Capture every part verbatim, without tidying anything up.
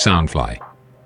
Soundfly。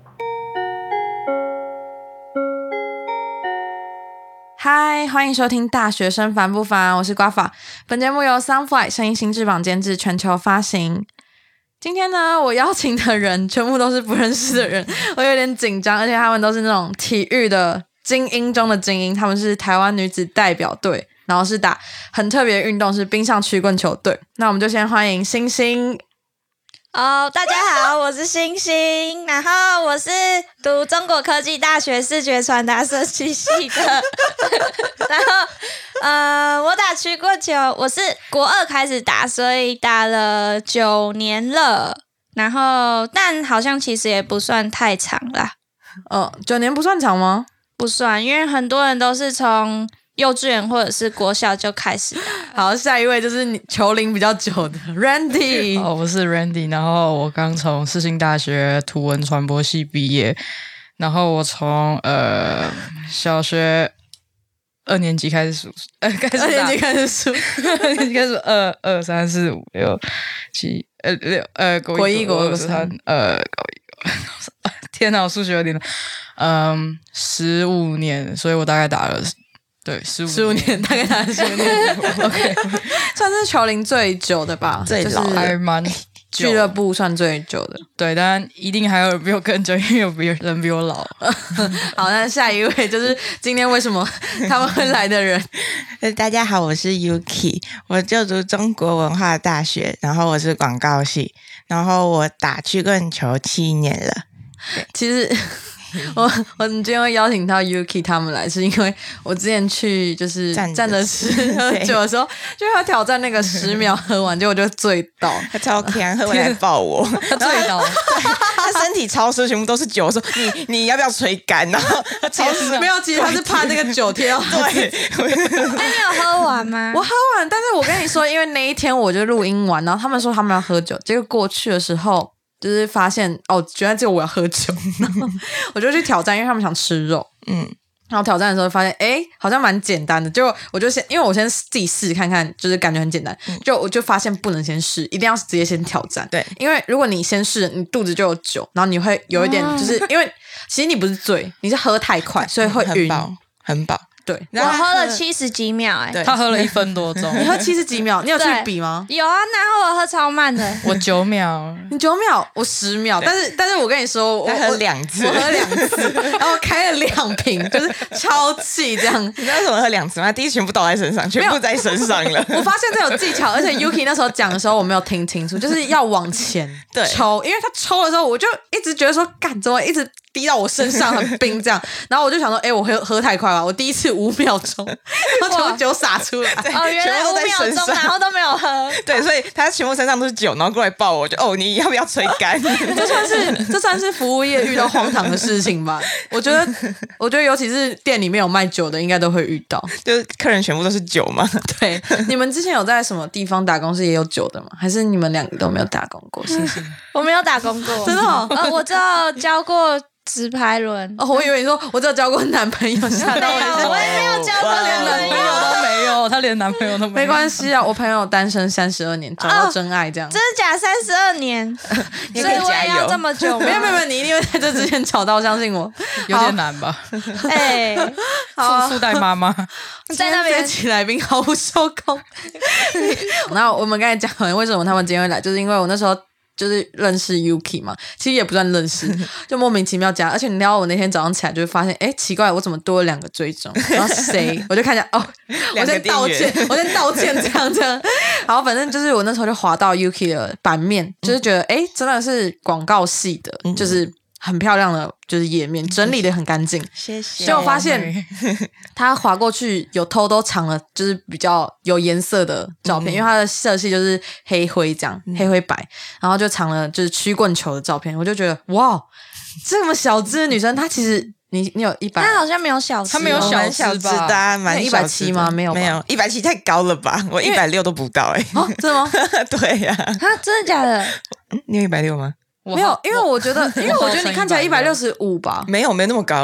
嗨，欢迎收听大学生烦不烦？我是瓜法。本节目由 Soundfly 声音新翅膀监制，全球发行。今天呢，我邀请的人全部都是不认识的人，我有点紧张，而且他们都是那种体育的精英中的精英，他们是台湾女子代表队，然后是打很特别的运动，是冰上曲棍球队。那我们就先欢迎星星。 哦、oh, 大家好，我是星星，然后我是读中国科技大学视觉传达设计系的，然后呃，我打曲棍球，我是国二开始打，所以打了九年了，然后但好像其实也不算太长啦。 哦，九年不算长吗？ 不算，因为很多人都是从幼稚园或者是国小就开始打。 好，下一位就是你球龄比较久的 Randy。 哦，我是 Randy， 然后我刚从世新大学图文传播系毕业，然后我从呃小学二年级开始数，呃开始打二年级开始数， 二年级开始二二三四五六七呃六呃国一国二国三呃高一高天哪，我数学有点嗯十五年，所以我大概打了。对，十五十五年，大概打了十五年，OK， 算是球龄最久的吧， 最老，就是、还蛮俱乐部算最久的。 对，但一定还有人比我更久，因为有别人比我老。 好，那下一位就是今天为什么他们会来的人。 大家好，我是 Yuki， 我就读中国文化大学，然后我是广告系，然后我打曲棍球七年了。 其实。我我今天会邀请到 Yuki 他们来，是因为我之前去就是站着吃喝酒的时候，就要挑战那个十秒喝完，结果就醉倒， 他超强，喝完来抱我， 他醉倒， 他身体超湿，全部都是酒，我说你你要不要吹干？然后他超湿， 没有，其实他是怕那个酒贴到他自己。 那你有喝完吗？ 我喝完，但是我跟你说，因为那一天我就录音完，然后他们说他们要喝酒，结果过去的时候。就是发现哦，原来只有我要喝酒，然后我就去挑战，因为他们想吃肉，嗯，然后挑战的时候发现，哎，好像蛮简单的，就我就先，因为我先自己试看看，就是感觉很简单，嗯、就我就发现不能先试，一定要直接先挑战， 对， 因为如果你先试，你肚子就有酒，然后你会有一点，就是、哦、因为其实你不是醉，你是喝太快，所以会晕， 很饱，很饱。 对， 我喝了七十几秒、欸，哎， 他喝了一分多钟。 你喝七十几秒，你有去比吗？ 有啊，然后我喝超慢的， 我九秒， 你九秒，我十秒。但是，但是我跟你说，我喝两次， 我喝两次，然后我开了两瓶，就是超气这样。 你知道为什么喝两次吗？第一全部倒在身上，全部在身上了。 我发现这有技巧，而且 Yuki 那时候讲的时候我没有听清楚，就是要往前抽，因为他抽的时候，我就一直觉得说，干怎么一直。滴到我身上很冰这样，然后我就想说，哎、欸，我喝喝太快了，我第一次五秒钟，然后全部酒洒出来， 哦，原来五秒钟，然后都没有喝， 对，所以他全部身上都是酒，然后过来抱我，我就哦，你要不要吹干？ 这算是这算是服务业遇到荒唐的事情吧？我觉得，我觉得尤其是店里面有卖酒的，应该都会遇到， 就是客人全部都是酒嘛。 对，你们之前有在什么地方打工是也有酒的吗？还是你们两个都没有打工过？星星， 我没有打工过， 真的、哦， 呃，我只有教过。直排轮哦，我以为你说我只有交过男朋友，吓到我一跳。我也没有交过连男朋友都没有，他连男朋友都没有。 没关系啊，我朋友单身三十二年，找到真爱这样。 哦、真的假？三十二年，所以我也要这么久？ 没有没有没有，你一定会在这之前找到，相信我。 有点难吧？ 哎、欸， 附附带妈妈在那边，这期来宾毫不受控。然后我们刚才讲完为什么他们今天会来，就是因为我那时候。就是认识 Yuki 嘛，其实也不算认识，就莫名其妙加。而且你知道我那天早上起来就会发现，哎，奇怪，我怎么多了两个追踪？然后谁？我就看一下，哦，我先道歉，我先道歉，这样这样。然后反正就是我那时候就滑到 Yuki 的版面，就是觉得，哎，真的是广告系的，嗯、就是很漂亮的，就是页面整理的很干净。 谢谢。 结果发现他滑过去有偷偷藏了，就是比较有颜色的照片，嗯、因为他的色系就是黑灰这样，嗯、黑灰白，然后就藏了就是曲棍球的照片。我就觉得哇，这么小只的女生，她其实你你有一百， 她好像没有小只， 她没有小只吧？蛮蛮一百七吗？没有， 没有，一百七太高了吧？我一百六都不到哎、欸。 哦，真的吗？ 对呀、啊。 啊，真的假的？ 你有一百六吗？ 没有，因为我觉得，因为我觉得你看起来一百六十五吧， 没有，没有那么高哎、欸。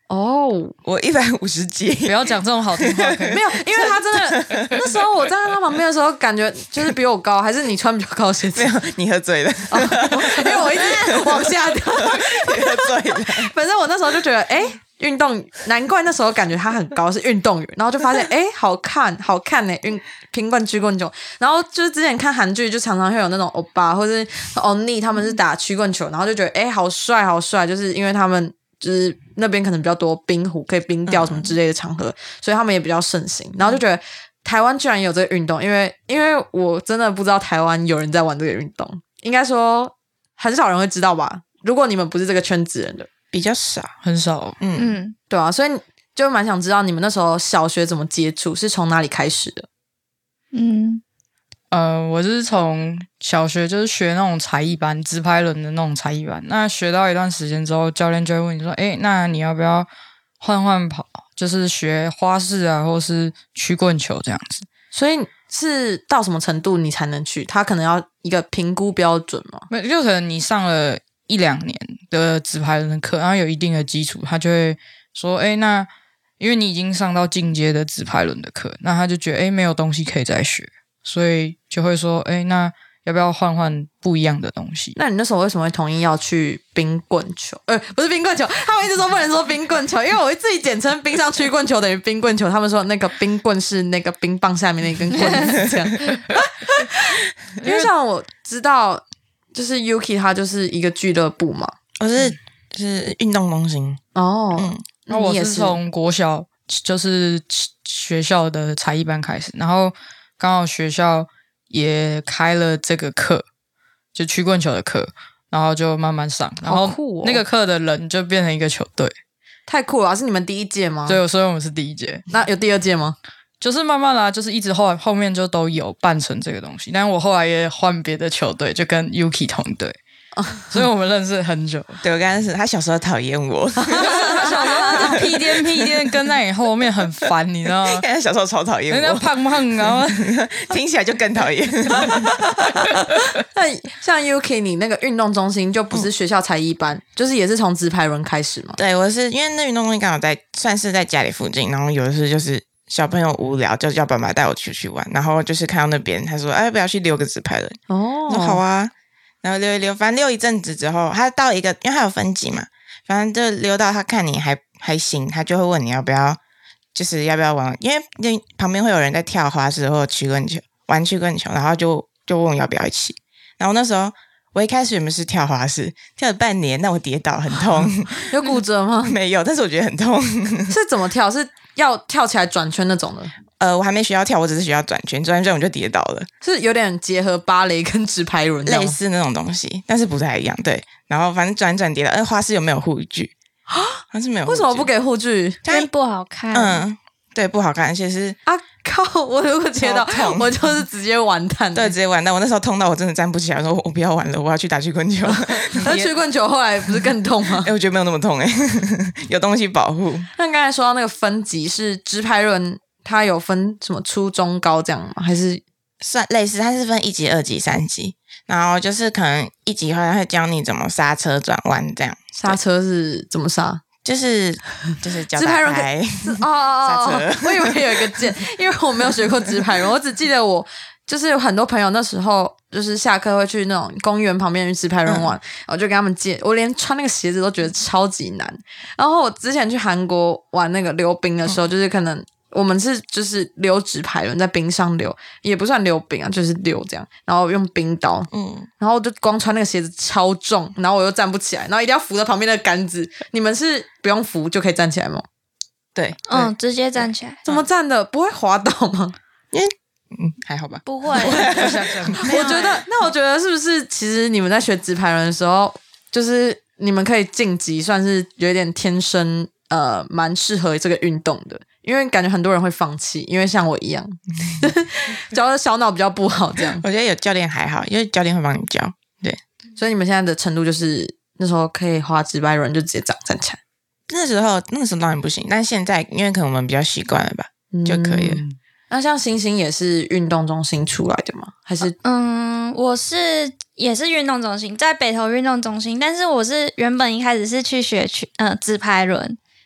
哦， 我一百五十几， 不要讲这种好听话，可以没有，因为他真的那时候我站在他旁边的时候，感觉就是比我高，还是你穿比较高的鞋子？ 没有，你喝醉了， 哦、因为我一直往下掉， 你喝醉了。 反正我那时候就觉得，哎、欸。运动难怪那时候感觉他很高，是运动员，然后就发现哎、欸，好看，好看呢、欸，运平棍曲棍球。然后就是之前看韩剧，就常常会有那种欧巴或是欧尼，他们是打曲棍球，然后就觉得哎、欸，好帅，好帅，就是因为他们就是那边可能比较多冰壶，可以冰钓什么之类的场合，所以他们也比较盛行。然后就觉得台湾居然有这个运动，因为因为我真的不知道台湾有人在玩这个运动，应该说很少人会知道吧？如果你们不是这个圈子人的。 比较少， 很少， 嗯嗯， 对啊，所以就蛮想知道你们那时候小学怎么接触，是从哪里开始的？ 嗯， 呃，我是从小学就是学那种才艺班，直排轮的那种才艺班。那学到一段时间之后，教练就会问你说：“哎，那你要不要换换跑，就是学花式啊，或是曲棍球这样子？” 所以是到什么程度你才能去？他可能要一个评估标准吗？ 没，就可能你上了一两年的直排轮的课，然后有一定的基础，他就会说：“哎，那因为你已经上到进阶的直排轮的课，那他就觉得哎没有东西可以再学，所以就会说：哎，那要不要换换不一样的东西？” 那你那时候为什么会同意要去冰棍球？呃，不是冰棍球，他们一直说不能说冰棍球，因为我自己简称冰上曲棍球等于冰棍球，他们说那个冰棍是那个冰棒下面那根棍子这样。因为像我知道。就是 Yuki 他就是一个俱乐部嘛， 我是就是运动中心哦， 嗯， 那我是从国小就是学校的才艺班开始，然后刚好学校也开了这个课，就曲棍球的课，然后就慢慢上，然后那个课的人就变成一个球队， 太酷了！是你们第一届吗？ 对，所以我们是第一届。 那有第二届吗？ 就是慢慢啦、啊，就是一直后来后面就都有办成这个东西，但是我后来也换别的球队，就跟 Yuki 同队，所以我们认识很久。 对，我刚开始他小时候讨厌我， 他小时候他就屁颠屁颠跟在你后面很烦，你知道吗？ 他小时候超讨厌我， 人家胖胖，然后听起来就更讨厌。 那像 Yuki 你那个运动中心就不是学校才艺班，嗯、就是也是从直排轮开始嘛？ 对，我是因为那运动中心刚好在算是在家里附近，然后有的是就是小朋友无聊，就叫爸爸带我出去玩，然后就是看到那边，他说：“哎，要不要去溜个直排轮？” 哦， 我说好啊，然后溜一溜，反正溜一阵子之后，他到一个，因为他有分级嘛，反正就溜到他看你还还行，他就会问你要不要，就是要不要玩，因为那旁边会有人在跳花式或者曲棍球，玩曲棍球，然后就就问我要不要一起，然后那时候。我一开始原本是跳花式，跳了半年，但我跌倒很痛。 有骨折吗？ 没有，但是我觉得很痛。 是怎么跳？是要跳起来转圈那种的？ 呃，我还没学要跳，我只是学要转圈，转完圈我就跌倒了。 是有点结合芭蕾跟直排轮类似那种东西，但是不太一样。对，然后反正转转跌倒，呃，花式有没有护具？还是没有护具？ 为什么不给护具？ 因为不好看。 嗯。对，不好看，而且是啊靠！我如果跌倒，我就是直接完蛋。 对，直接完蛋。我那时候痛到我真的站不起来，我说我不要玩了，我要去打曲棍球。 那曲棍球后来不是更痛吗？ 哎、欸，我觉得没有那么痛哎、欸，有东西保护。 那刚才说到那个分级是直排轮，它有分什么初中高这样吗？还是算类似？它是分一级、二级、三级，然后就是可能一级好像会教你怎么刹车、转弯这样。 刹车是怎么刹？ 就是就是脚打开哦哦哦，我以为有一个键，因为我没有学过直排轮，我只记得我就是有很多朋友那时候就是下课会去那种公园旁边去直排轮玩，嗯、我就跟他们借，我连穿那个鞋子都觉得超级难。然后我之前去韩国玩那个溜冰的时候，嗯、就是可能。我们是就是溜直排轮在冰上溜，也不算溜冰啊，就是溜这样，然后用冰刀，嗯，然后就光穿那个鞋子超重，然后我又站不起来，然后一定要扶着旁边的杆子。你们是不用扶就可以站起来吗？ 对， 嗯，直接站起来。 怎么站的？不会滑倒吗？ 因为嗯还好吧， 不会。 我觉得，那我觉得是不是其实你们在学直排轮的时候，就是你们可以晋级，算是有一点天生呃蛮适合这个运动的。因为感觉很多人会放弃，因为像我一样，教的小脑比较不好，这样。 我觉得有教练还好，因为教练会帮你教。对， 所以你们现在的程度就是那时候可以滑直排轮就直接站站起来。 那时候那时候当然不行，但现在因为可能我们比较习惯了吧，嗯、就可以了。 那像星星也是运动中心出来的吗？还是？ 嗯，我是也是运动中心，在北投运动中心，但是我是原本一开始是去学去呃直排轮。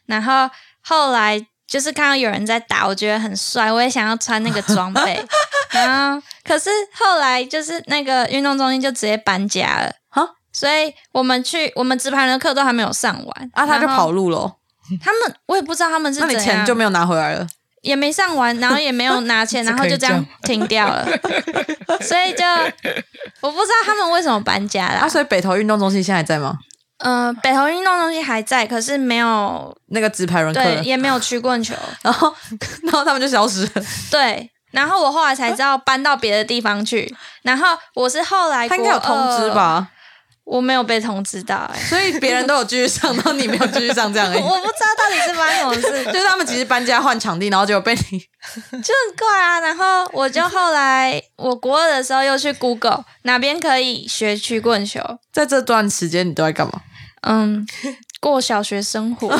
然后后来就是看到有人在打，我觉得很帅，我也想要穿那个装备。然后可是后来就是那个运动中心就直接搬家了哈， 所以我们去我们直排轮的课都还没有上完啊，他就跑路了、哦。 他们我也不知道他们是怎样， 那你钱就没有拿回来了？ 也没上完，然后也没有拿钱，然后就这样停掉了。所以就我不知道他们为什么搬家啦。 啊，所以北投运动中心现在还在吗？ 嗯、呃，北投运动中心还在，可是没有那个直排轮课， 对，也没有曲棍球。 然后，然后他们就消失了。 对，然后我后来才知道搬到别的地方去。然后我是后来他应该有通知吧？ 我没有被通知到、欸， 所以别人都有继续上，然后你没有继续上，这样而已。 我不知道到底是发生什么事， 就是他们其实搬家换场地，然后结果被你就很怪啊。然后我就后来我国二的时候又去 Google 哪边可以学曲棍球。 在这段时间你都在干嘛？ 嗯，过小学生活，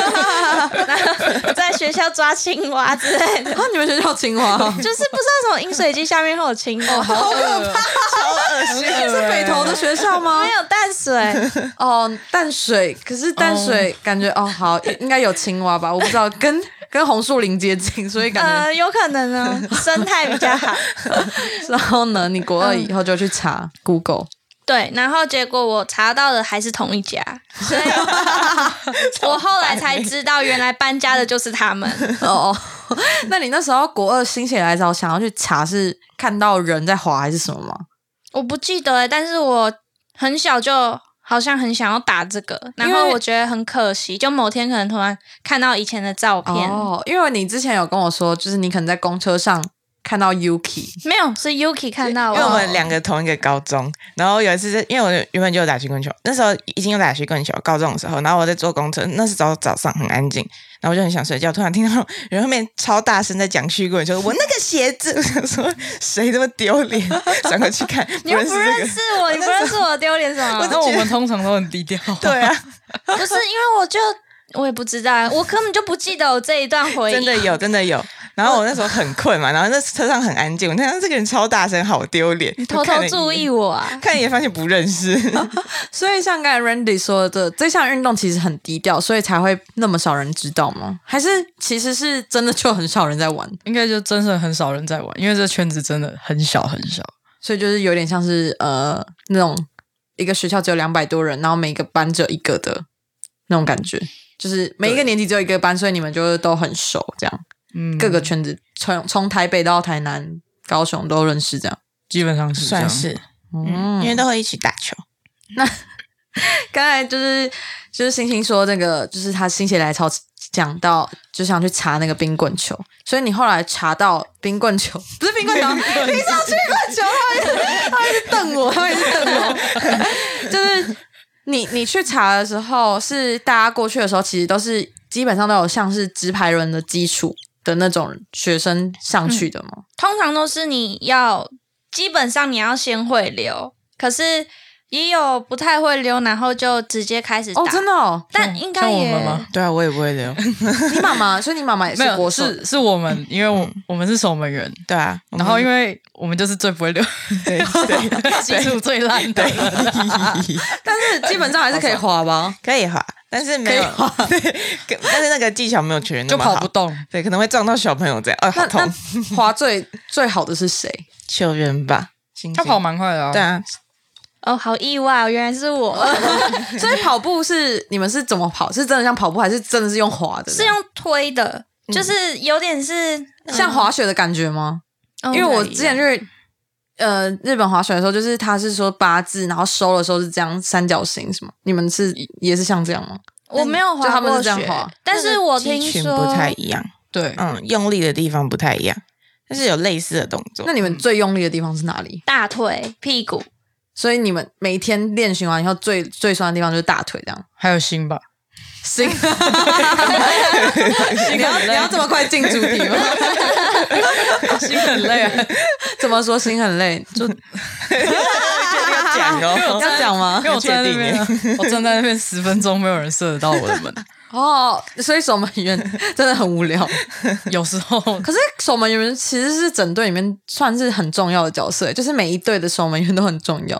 在学校抓青蛙之类的。 啊，你们学校青蛙？ 就是不知道什么饮水机下面会有青蛙， 好可怕， 超恶心！ 是北投的学校吗？ 没有淡水哦，淡水，可是淡水感觉哦好，应该有青蛙吧？我不知道，跟跟红树林接近，所以感觉、 呃有可能呢，生态比较好。 然后呢，你国二以后就去查 Google。 对，然后结果我查到的还是同一家，所以我后来才知道，原来搬家的就是他们。 哦，那你那时候国二心血来潮想要去查，是看到人在滑还是什么吗？ 我不记得欸，但是我很小就好像很想要打这个，然后我觉得很可惜，就某天可能突然看到以前的照片。 哦，因为你之前有跟我说，就是你可能在公车上看到 Yuki， 没有，是 Yuki 看到我。 因为我们两个同一个高中，然后有一次，因为我原本就有打曲棍球，那时候已经有打曲棍球，高中的时候，然后我在坐公车，那是早早上很安静，然后我就很想睡觉，突然听到人后面超大声在讲曲棍球，我那个鞋子，我想说谁这么丢脸，转过去看， 你又不认识我，你不认识我，丢脸什么？ 那我们通常都很低调。 对啊， 不是因为我就我也不知道，我根本就不记得有这一段回忆。 真的有，真的有。然后我那时候很困嘛，然后那车上很安静，我看到这个人超大声，好丢脸， 偷偷注意我啊， 看一眼发现不认识。 所以像刚才 Randy 说的，这项运动其实很低调，所以才会那么少人知道吗？还是其实是真的就很少人在玩？ 应该就真的很少人在玩，因为这圈子真的很小很小， 所以就是有点像是呃那种一个学校只有两百多人，然后每个班只有一个的那种感觉，就是每一个年级只有一个班，所以你们就都很熟这样。 嗯， 各个圈子从从台北到台南、高雄都认识，这样基本上是这样算是， 嗯， 因为都会一起打球。 那刚才就是就是星星说那个，就是他心血来潮讲到就想去查那个冰棍球，所以你后来查到冰棍球不是冰棍球，你说曲棍球，他一直他一直瞪我，他一直瞪我，就是你你去查的时候，是大家过去的时候，其实都是基本上都有像是直排轮的基础的那种学生上去的吗？ 嗯、通常都是你要，基本上你要先会溜，可是也有不太会溜，然后就直接开始打。 哦，真的哦， 但应该也像我们吗？ 对啊，我也不会溜。 你妈妈，所以你妈妈也没有是国手， 是是我们，因为我、嗯、我们是守门员， 对啊， 然后因为我们就是最不会溜， 对对， 基础最烂的， 但是基本上还是可以滑吧？ 可以滑。但是没有，对，但是那个技巧没有全人那就么好， 跑不动， 对，可能会撞到小朋友这样，哦，好痛。 滑最最好的是谁？ 球员吧， 他跑蛮快的啊。 对啊， 哦，好意外哦，原来是我。 所以跑步是你们是怎么跑？是真的像跑步，还是真的是用滑的？ 是用推的，就是有点是、 嗯、像滑雪的感觉吗？嗯、因为我之前就是呃日本滑雪的时候，就是他是说八字，然后收的时候是这样三角形什么？你们是也是像这样吗？ 我没有滑过雪， 就他们是这样滑， 但是我听说不太一样。 对， 嗯，用力的地方不太一样，但是有类似的动作。 那你们最用力的地方是哪里？ 大腿、屁股。 所以你们每天练习完以后，最最酸的地方就是大腿，这样。 还有心吧， 心。你要你要这么快进主题吗？ 心很累啊。 怎么说心很累？就讲哦， 要讲吗？ 因为我站在那边、啊，我站在那边十分钟，没有人射得到我的门。 哦，所以守门员真的很无聊， 有时候。 可是守门员其实是整队里面算是很重要的角色，就是每一队的守门员都很重要。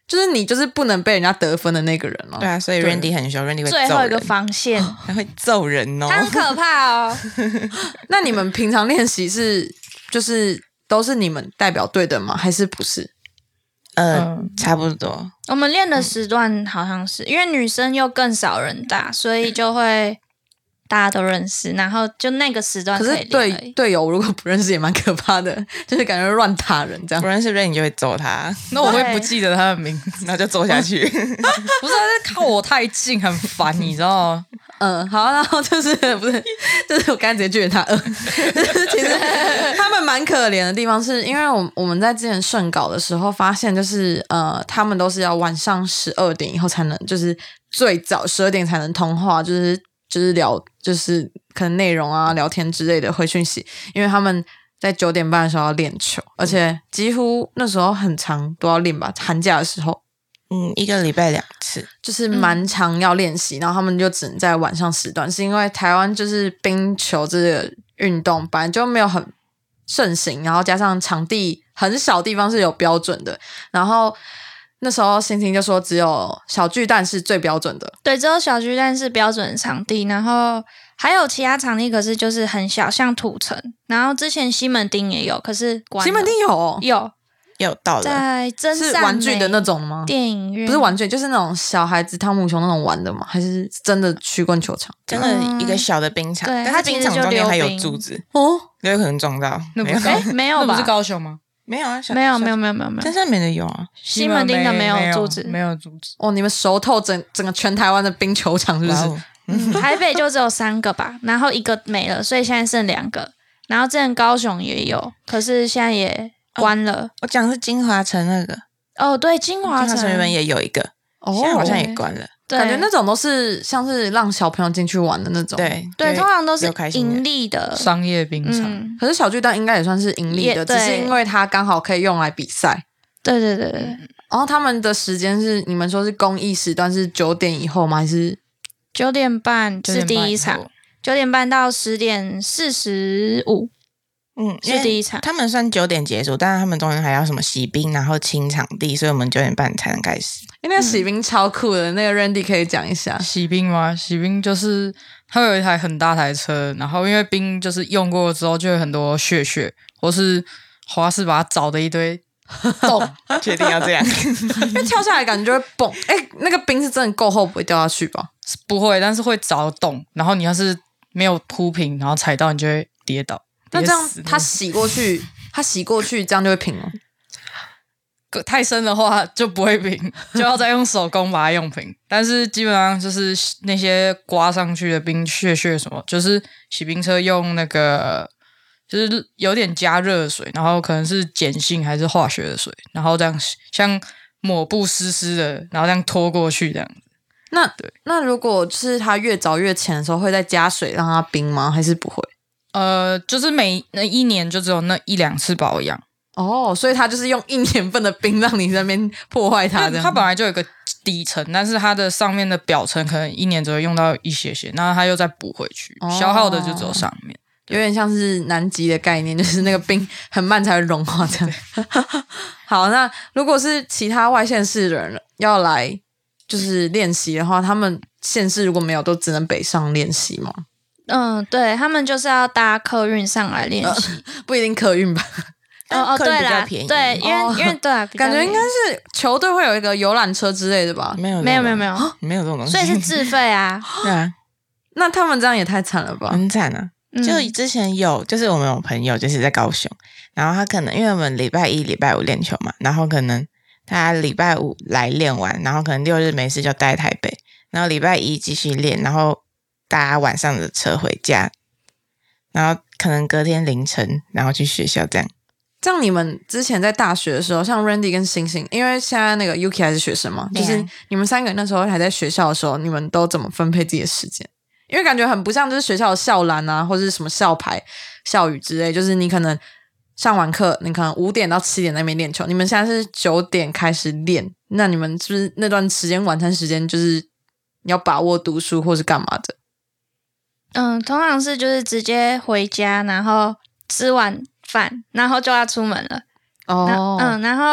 就是你就是不能被人家得分的那个人哦。 对啊，所以 Randy 很凶 ，Randy 会揍人， 最后一个防线， 他会揍人哦， 他很可怕哦。 那你们平常练习是就是都是你们代表队的吗？还是不是？ 呃， 嗯差不多。 我们练的时段好像是因为女生又更少人打，所以就会大家都认识，然后就那个时段可是以练而队已。 队友如果不认识也蛮可怕的，就是感觉乱打人这样不。认识 Randy 就会揍他， 那我会不记得他的名字， 然后就揍下去。 不是他在靠我太近，很烦，你知道吗？ 嗯，好，然后就是不是，就是我刚才直接拒绝他二，就是其实他们蛮可怜的地方是，因为我我们在之前顺稿的时候发现，就是呃，他们都是要晚上十二点以后才能，就是最早十二点才能通话，就是就是聊，就是可能内容啊、聊天之类的回讯息，因为他们在九点半的时候要练球，而且几乎那时候很长都要练吧，寒假的时候。 嗯，一个礼拜两次， 就是蛮常要练习，嗯、然后他们就只能在晚上时段，是因为台湾就是冰球这个运动本来就没有很盛行，然后加上场地很少地方是有标准的，然后那时候星星就说只有小巨蛋是最标准的， 对，只有小巨蛋是标准的场地，然后还有其他场地，可是就是很小，像土城，然后之前西门町也有，可是关了西门町有、哦、 有。 又到了， 在真是善玩具的美那种吗？ 电影院不是玩具，就是那种小孩子汤姆熊那种玩的吗？还是真的曲棍球场？ 真的一个小的冰场， 对但是冰场中间还有柱子， 哦， 有可能撞到。没有那不是哎没有吧？ 那不是高雄吗？ 没有啊，小没有没有没有没有没有真，善美的有啊， 西门町的没有柱子， 没有柱子。 哦，你们熟透整整个全台湾的冰球场是不是？ 哇哦嗯台北就只有三个吧，然后一个没了，所以现在剩两个。然后之前高雄也有，可是现在也关了。 我讲的是金华城那个， 哦，对，金华城金华城原本也有一个， 哦现在好像也关了。 对感觉那种都是像是让小朋友进去玩的那种。， 对对，通常都是有开心的盈利的。 商业冰场， 嗯， 可是小巨蛋应该也算是盈利的， 也对只是因为它刚好可以用来比赛。 对对对对， 然后他们的时间是你们说是公益时段是九点以后吗？还是九点半是第一九点半以场后， 九点半到十点四十五嗯，因为是第一场。 他们算九点结束，但是他们中间还要什么洗冰，然后清场地，所以我们九点半才能开始。 因为那个洗冰超酷的，那个 Randy 可以讲一下。 洗冰吗？洗冰就是它有一台很大台车，然后因为冰就是用过之后就有很多屑屑，或是花式把它找的一堆洞， 确定要这样？ 因为跳下来感觉就会蹦，哎，那个冰是真的够厚，不会掉下去吧？ 不会，但是会找洞，然后你要是没有铺平，然后踩到你就会跌倒。 那这样跌死它洗过去，它洗过去这样就会平了。 太深的话就不会平，就要再用手工把它用平。但是基本上就是那些刮上去的冰屑屑什么，就是洗冰车用那个就是有点加热水，然后可能是碱性还是化学的水，然后这样像抹布湿湿的，然后这样拖过去这样子。 那对那如果就是它越早越浅的时候，会再加水让它冰吗？还是不会？ 呃，就是每那一年就只有那一两次保养。 哦，所以它就是用一年份的冰让你在那边破坏它，这样。 它本来就有一个底层，但是它的上面的表层可能一年只会用到一些些，那它又再补回去， 哦消耗的就只有上面。 有点像是南极的概念，就是那个冰很慢才会融化这样。好，那如果是其他外县市的人要来就是练习的话，他们县市如果没有，都只能北上练习吗？ 嗯，对他们就是要搭客运上来练习。 不一定客运吧？ 哦哦， 客运对啦， 比较便宜对，因为、 哦因为对啊，比较感觉应该便宜是球队会有一个游览车之类的吧？ 没有没有没有没有， 没有这种东西， 所以是自费啊。 对啊， 那他们这样也太惨了吧？ 很惨啊。 嗯就之前有，就是我们有朋友就是在高雄，然后他可能因为我们礼拜一、礼拜五练球嘛，然后可能他礼拜五来练完，然后可能六日没事就待台北，然后礼拜一继续练，然后搭晚上的车回家，然后可能隔天凌晨然后去学校这样。 这样你们之前在大学的时候，像 Randy 跟星星，因为现在那个 Yuki 还是学生嘛， 对啊就是你们三个人那时候还在学校的时候，你们都怎么分配自己的时间？因为感觉很不像就是学校的校篮啊，或者是什么校排、校语之类，就是你可能上完课，你可能五点到七点在那边练球，你们现在是九点开始练，那你们是不是那段时间晚餐时间就是你要把握读书或是干嘛的？ 嗯，通常是就是直接回家，然后吃完饭，然后就要出门了。 哦， 嗯，然后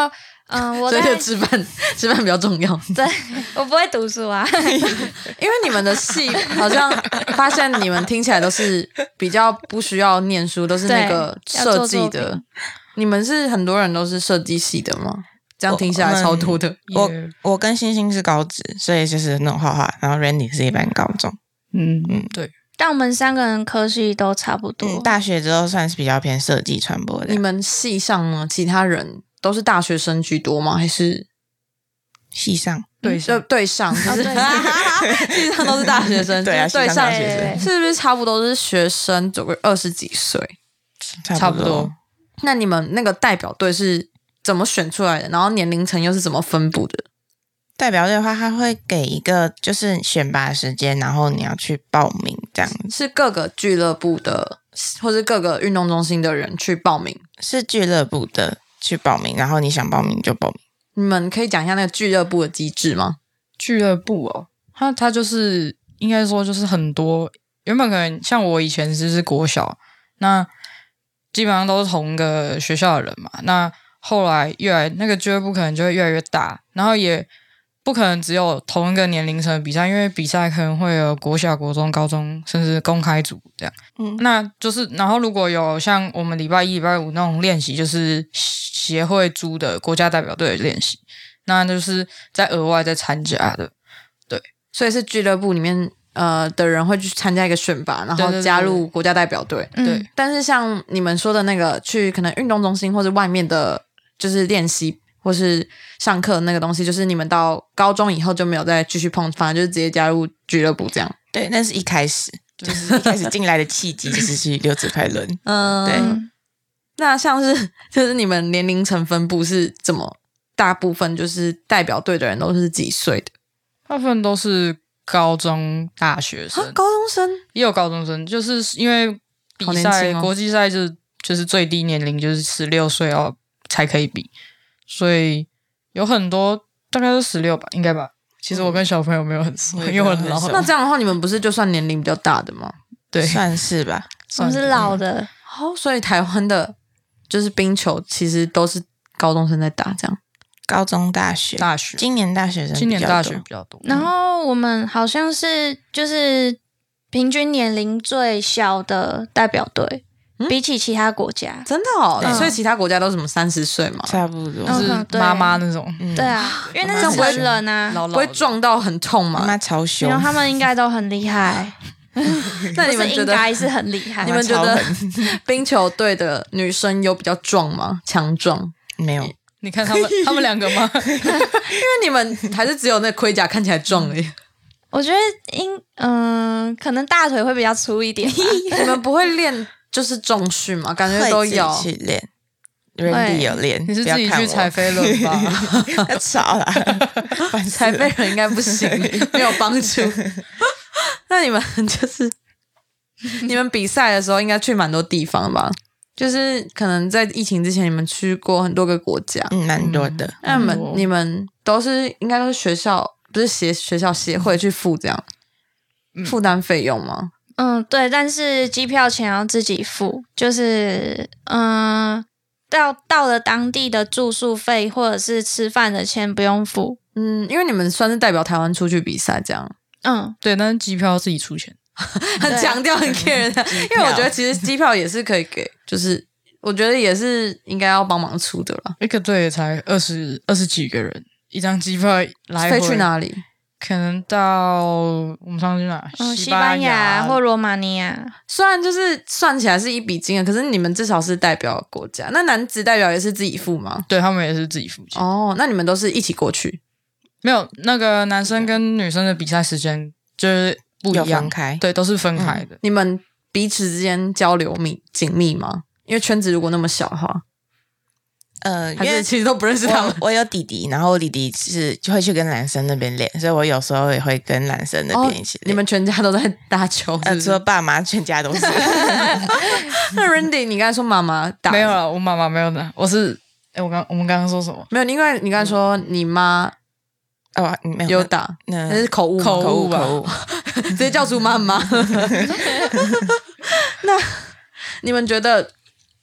嗯，我所以在就吃饭，吃饭比较重要。 对，我不会读书啊。 因为你们的系好像发现你们听起来都是比较不需要念书，都是那个设计的对要做作品。 你们是很多人都是设计系的吗？这样听下来超多的。 我也我跟星星是高职，所以就是那种画画，然后 Randy 是一般高中。 嗯嗯，对， 但我们三个人科系都差不多。 嗯，大学之后算是比较偏设计传播的。 你们系上呢，其他人都是大学生居多吗？还是系上对就对上就是系上都是大学生？ 对啊就是对上系上大学对生是不是差不多都是学生，走个二十几岁？ 差不多。 那你们那个代表队是怎么选出来的？然后年龄层又是怎么分布的？ 代表队的话，他会给一个就是选拔时间，然后你要去报名这样子。 是各个俱乐部的，或是各个运动中心的人去报名？ 是俱乐部的去报名，然后你想报名就报名。 你们可以讲一下那个俱乐部的机制吗？ 俱乐部哦，它它就是应该说就是很多原本可能像我以前就是国小，那基本上都是同一个学校的人嘛。那后来越来那个俱乐部可能就会越来越大，然后也不可能只有同一个年龄层的比赛，因为比赛可能会有国小、国中、高中，甚至公开组这样。 嗯， 那就是然后如果有像我们礼拜一、礼拜五那种练习，就是协会租的国家代表队的练习，那就是在额外再参加的。 所以是俱乐部里面呃的人会去参加一个选拔，然后对对对加入国家代表队。 嗯对， 但是像你们说的那个去可能运动中心或者外面的，就是练习或是上课那个东西，就是你们到高中以后就没有再继续碰，反正就是直接加入俱乐部这样。 对，那是一开始，就是一开始进来的契机就是去六指快轮。 嗯， 对嗯那像是就是你们年龄层分布是怎么？大部分就是代表队的人都是几岁的？ 大部分都是高中、大学啊生，， 高中生也有高中生，就是因为比好年赛、 轻哦国际赛就是就是最低年龄就是十六岁哦才可以比，所以有很多大概是十六吧，应该吧。其实我跟小朋友没有很熟， 我也因为我很老没有很熟那这样的话，你们不是就算年龄比较大的吗？ 对， 算是吧。 我们是老的， 哦，所以台湾的就是冰球其实都是高中生在打，这样。 高中、大学、 大学， 今年大学生今年比较多大学比较多。 然后我们好像是就是平均年龄最小的代表队， 嗯比起其他国家。 真的哦， 对所以其他国家都是什么三十岁嘛， 差不多。 嗯就是对妈妈那种， 嗯对啊，因为那是成人啊， 老不会撞到很痛吗？ 妈妈超凶然，后他们应该都很厉害。 那你们不是觉得应该是很厉害？ 你们觉得妈妈超冰球队的女生有比较壮吗？强壮？ 没有， 你看他们他们两个吗？ 因为你们还是只有那盔甲看起来壮而已。 我觉得应嗯、可能大腿会比较粗一点吧。 你们不会练就是重训吗？感觉都有。 会自己去练。Randy 有练， 你是自己不要看我去踩飞轮吧？ 要吵啦，烦死踩了飞人应该不行，没有帮助。那你们就是你们比赛的时候应该去蛮多地方吧？就是可能在疫情之前，你们去过很多个国家。 嗯，蛮多的。 那你们多你们都是应该都是学校，不是协学校协会去付这样嗯负担费用吗？ 嗯，对，但是机票钱要自己付，就是嗯，到到了当地的住宿费或者是吃饭的钱不用付。 嗯，因为你们算是代表台湾出去比赛，这样嗯， 对，但是机票要自己出钱。 很强调很 care 的，因为我觉得其实机票也是可以给，就是我觉得也是应该要帮忙出的啦。 一个队也才二十二十几个人，一张机票来回飞去？哪里？ 可能到我们上次去哪？ 嗯，西班班牙或罗马尼亚。 虽然就是算起来是一笔金额，可是你们至少是代表国家。那男子代表也是自己付吗？ 对他们也是自己付钱。 哦，那你们都是一起过去？ 没有，那个男生跟女生的比赛时间就是不一样有分，开， 对，都是分开的。 你们彼此之间交流密紧密吗？因为圈子如果那么小的话， 呃，因还是为其实都不认识他们我。我有弟弟，然后我弟弟是就会去跟男生那边练，所以我有时候也会跟男生那哦边一起练。 你们全家都在打球是呃， 不是除了爸妈，全家都是。 那 Randy，你刚才说妈妈打没有了，我妈妈没有的，我是哎，我刚我们刚刚说什么？ 没有？因为你刚才说你妈哦，没有有打， 那那是口误吗口误吧口误。 直接叫出妈妈。那你们觉得，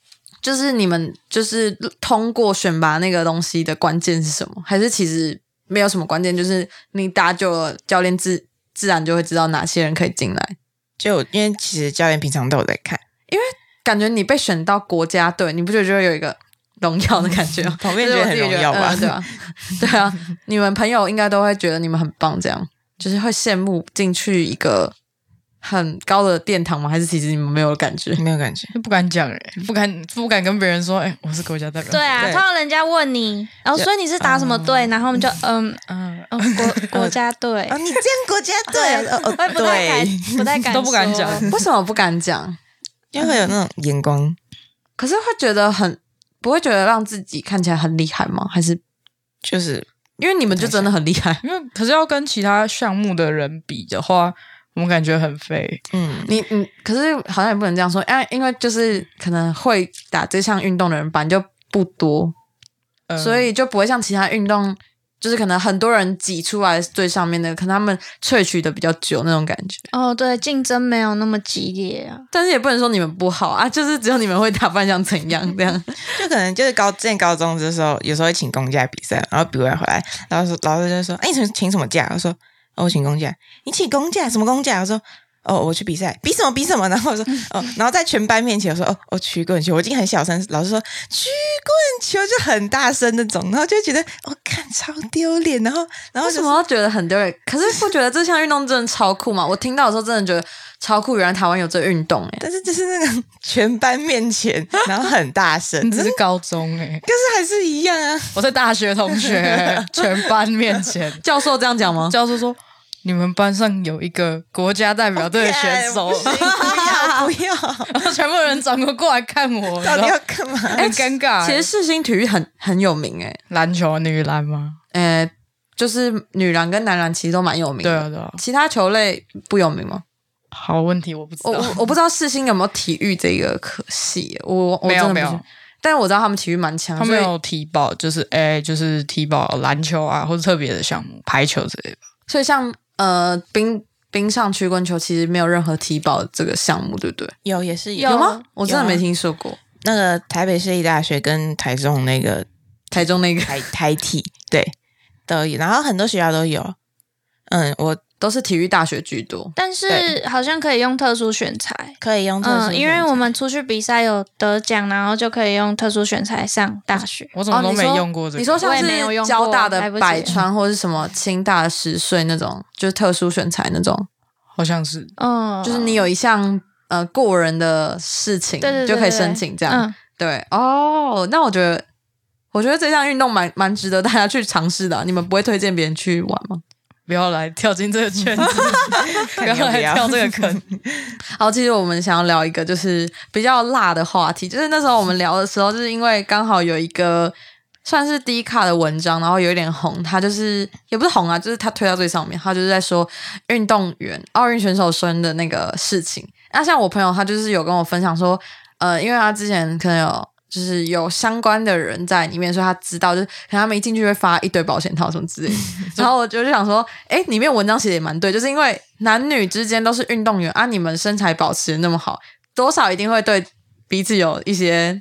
就是你们就是通过选拔那个东西的关键是什么？还是其实没有什么关键，就是你打久了，教练自自然就会知道哪些人可以进来。 就因为其实教练平常都有在看， 因为感觉你被选到国家队，你不觉得就会有一个荣耀的感觉吗？ 旁边觉得很荣耀吧？ 嗯、对啊，对啊，你们朋友应该都会觉得你们很棒，这样就是会羡慕进去一个很高的殿堂吗？还是其实你们没有感觉？ 没有感觉， 不敢讲哎，不敢不敢跟别人说，哎、欸，我是国家代表。 对啊，通常人家问你，然后说你是打什么队，然后我们就嗯嗯、哦、国国家队。 哦，你这样国家队，哦会不太敢，不太敢， 都不敢讲。 为什么不敢讲？ 因为会有那种眼光。 可是会觉得很不会觉得让自己看起来很厉害吗？还是就是因为你们就真的很厉害？ 因为可是要跟其他项目的人比的话。我们感觉很废， 嗯， 你你可是好像也不能这样说，哎，因为就是可能会打这项运动的人本来就不多，嗯、所以就不会像其他运动，就是可能很多人挤出来最上面的，可能他们萃取的比较久那种感觉。 哦，对，竞争没有那么激烈啊， 但是也不能说你们不好啊，就是只有你们会打，不然想怎样这样？ 就可能就是高之前高中的时候，有时候会请公假比赛，然后比完回来，然后老师就说：“哎，你请请什么假？”我说。哦，我请公假，你请公假什么公假？我说哦，我去比赛，比什么比什么？然后我说哦，然后在全班面前我说哦，我曲棍球，我已经很小声，老师说曲棍球就很大声那种，然后就觉得哦，看超丢脸，然后然后、 就是、为什么要觉得很丢脸？可是不觉得这项运动真的超酷吗？我听到的时候真的觉得超酷，原来台湾有这个运动哎！ 但是就是那个全班面前，然后很大声， 只是高中哎， 可是还是一样啊！ 我是大学同学，全班面前， 教授这样讲吗？ 教授说。你们班上有一个国家代表队的选手， okay, 不要不要， 然后全部人转过过来看我， 到底要干嘛？ 很尴尬、欸。 其实世新体育很很有名诶、欸， 篮球女篮吗？ 呃，就是女篮跟男篮其实都蛮有名的。 对啊对啊， 其他球类不有名吗？ 好问题，我不知道。 我我不知道世新有没有体育这个科系，我我没有没有。 但是我知道他们体育蛮强， 他们有体保，就是诶、欸，就是体保篮球啊，或者特别的项目，排球之类的。 所以像。呃，冰冰上曲棍球其实没有任何体保这个项目，对不对？ 有也是有， 有吗？我真的没听说过。 那个台北市立大学跟台中那个台中那个台台体对都有，然后很多学校都有。嗯，我都是体育大学居多， 但是好像可以用特殊选材， 可以用特殊选材、 嗯，因为我们出去比赛有得奖，然后就可以用特殊选材上大学。 我怎么都没用过这个？ 哦、你说像是交大的百川或是什么清大的十岁那种，就是特殊选材那种， 好像是， 嗯， 就是你有一项呃过人的事情， 对对对对就可以申请这样。 嗯、 对哦，那我觉得，我觉得这项运动蛮蛮值得大家去尝试的、啊。你们不会推荐别人去玩吗？ 不要来跳进这个圈子，不要来跳这个坑。 好，其实我们想要聊一个就是比较辣的话题，就是那时候我们聊的时候，就是因为刚好有一个算是低卡的文章，然后有一点红，他就是也不是红啊，就是他推到最上面，他就是在说运动员、奥运选手生的那个事情。那像我朋友，他就是有跟我分享说，呃，因为他之前可能有。就是有相关的人在里面，所以他知道，就是可能他们一进去会发一堆保险套什么之类的。然后我就想说，哎，里面文章写的也蛮对，就是因为男女之间都是运动员啊，你们身材保持的那么好，多少一定会对彼此有一些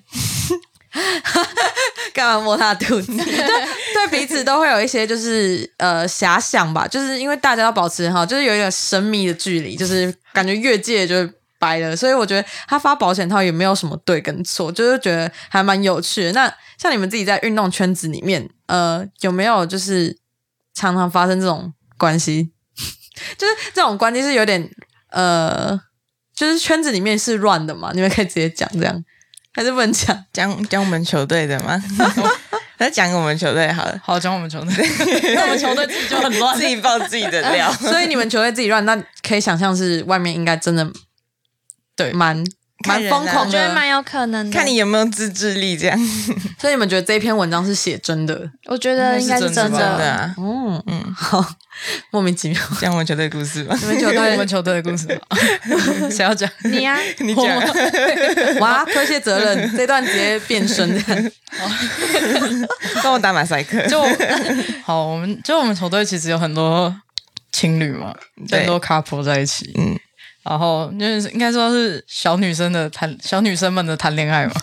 干嘛摸他的肚子？就对彼此都会有一些就是呃遐想吧，就是因为大家都保持很好，就是有一个神秘的距离，就是感觉越界就。白了，所以我觉得他发保险套也没有什么对跟错，就是觉得还蛮有趣的。那像你们自己在运动圈子里面，呃，有没有就是常常发生这种关系？就是这种关系是有点呃，就是圈子里面是乱的嘛？你们可以直接讲这样，还是不能讲？ 讲讲我们球队的吗？那讲我们球队好了， 好讲我们球队，那我们球队自己就很乱， 自己爆自己的料。 所以你们球队自己乱，那可以想象是外面应该真的。对，蛮蛮疯狂的， 我觉得蛮有可能的。 看你有没有自制力，这样。 所以你们觉得这篇文章是写真的？ 我觉得应该是真的。 真的啊， 嗯嗯，好，莫名其妙。 讲我们球队故事吧， 你们球队， 我们球队的故事吗？谁要讲？ 你呀、啊， 你讲。 哇，推卸责任，这段直接变身这样。 帮我打马赛克。 就好，我们就我们球队其实有很多情侣嘛，很多 couple 在一起。嗯。然后就是应该说是小女生的谈小女生们的谈恋爱嘛，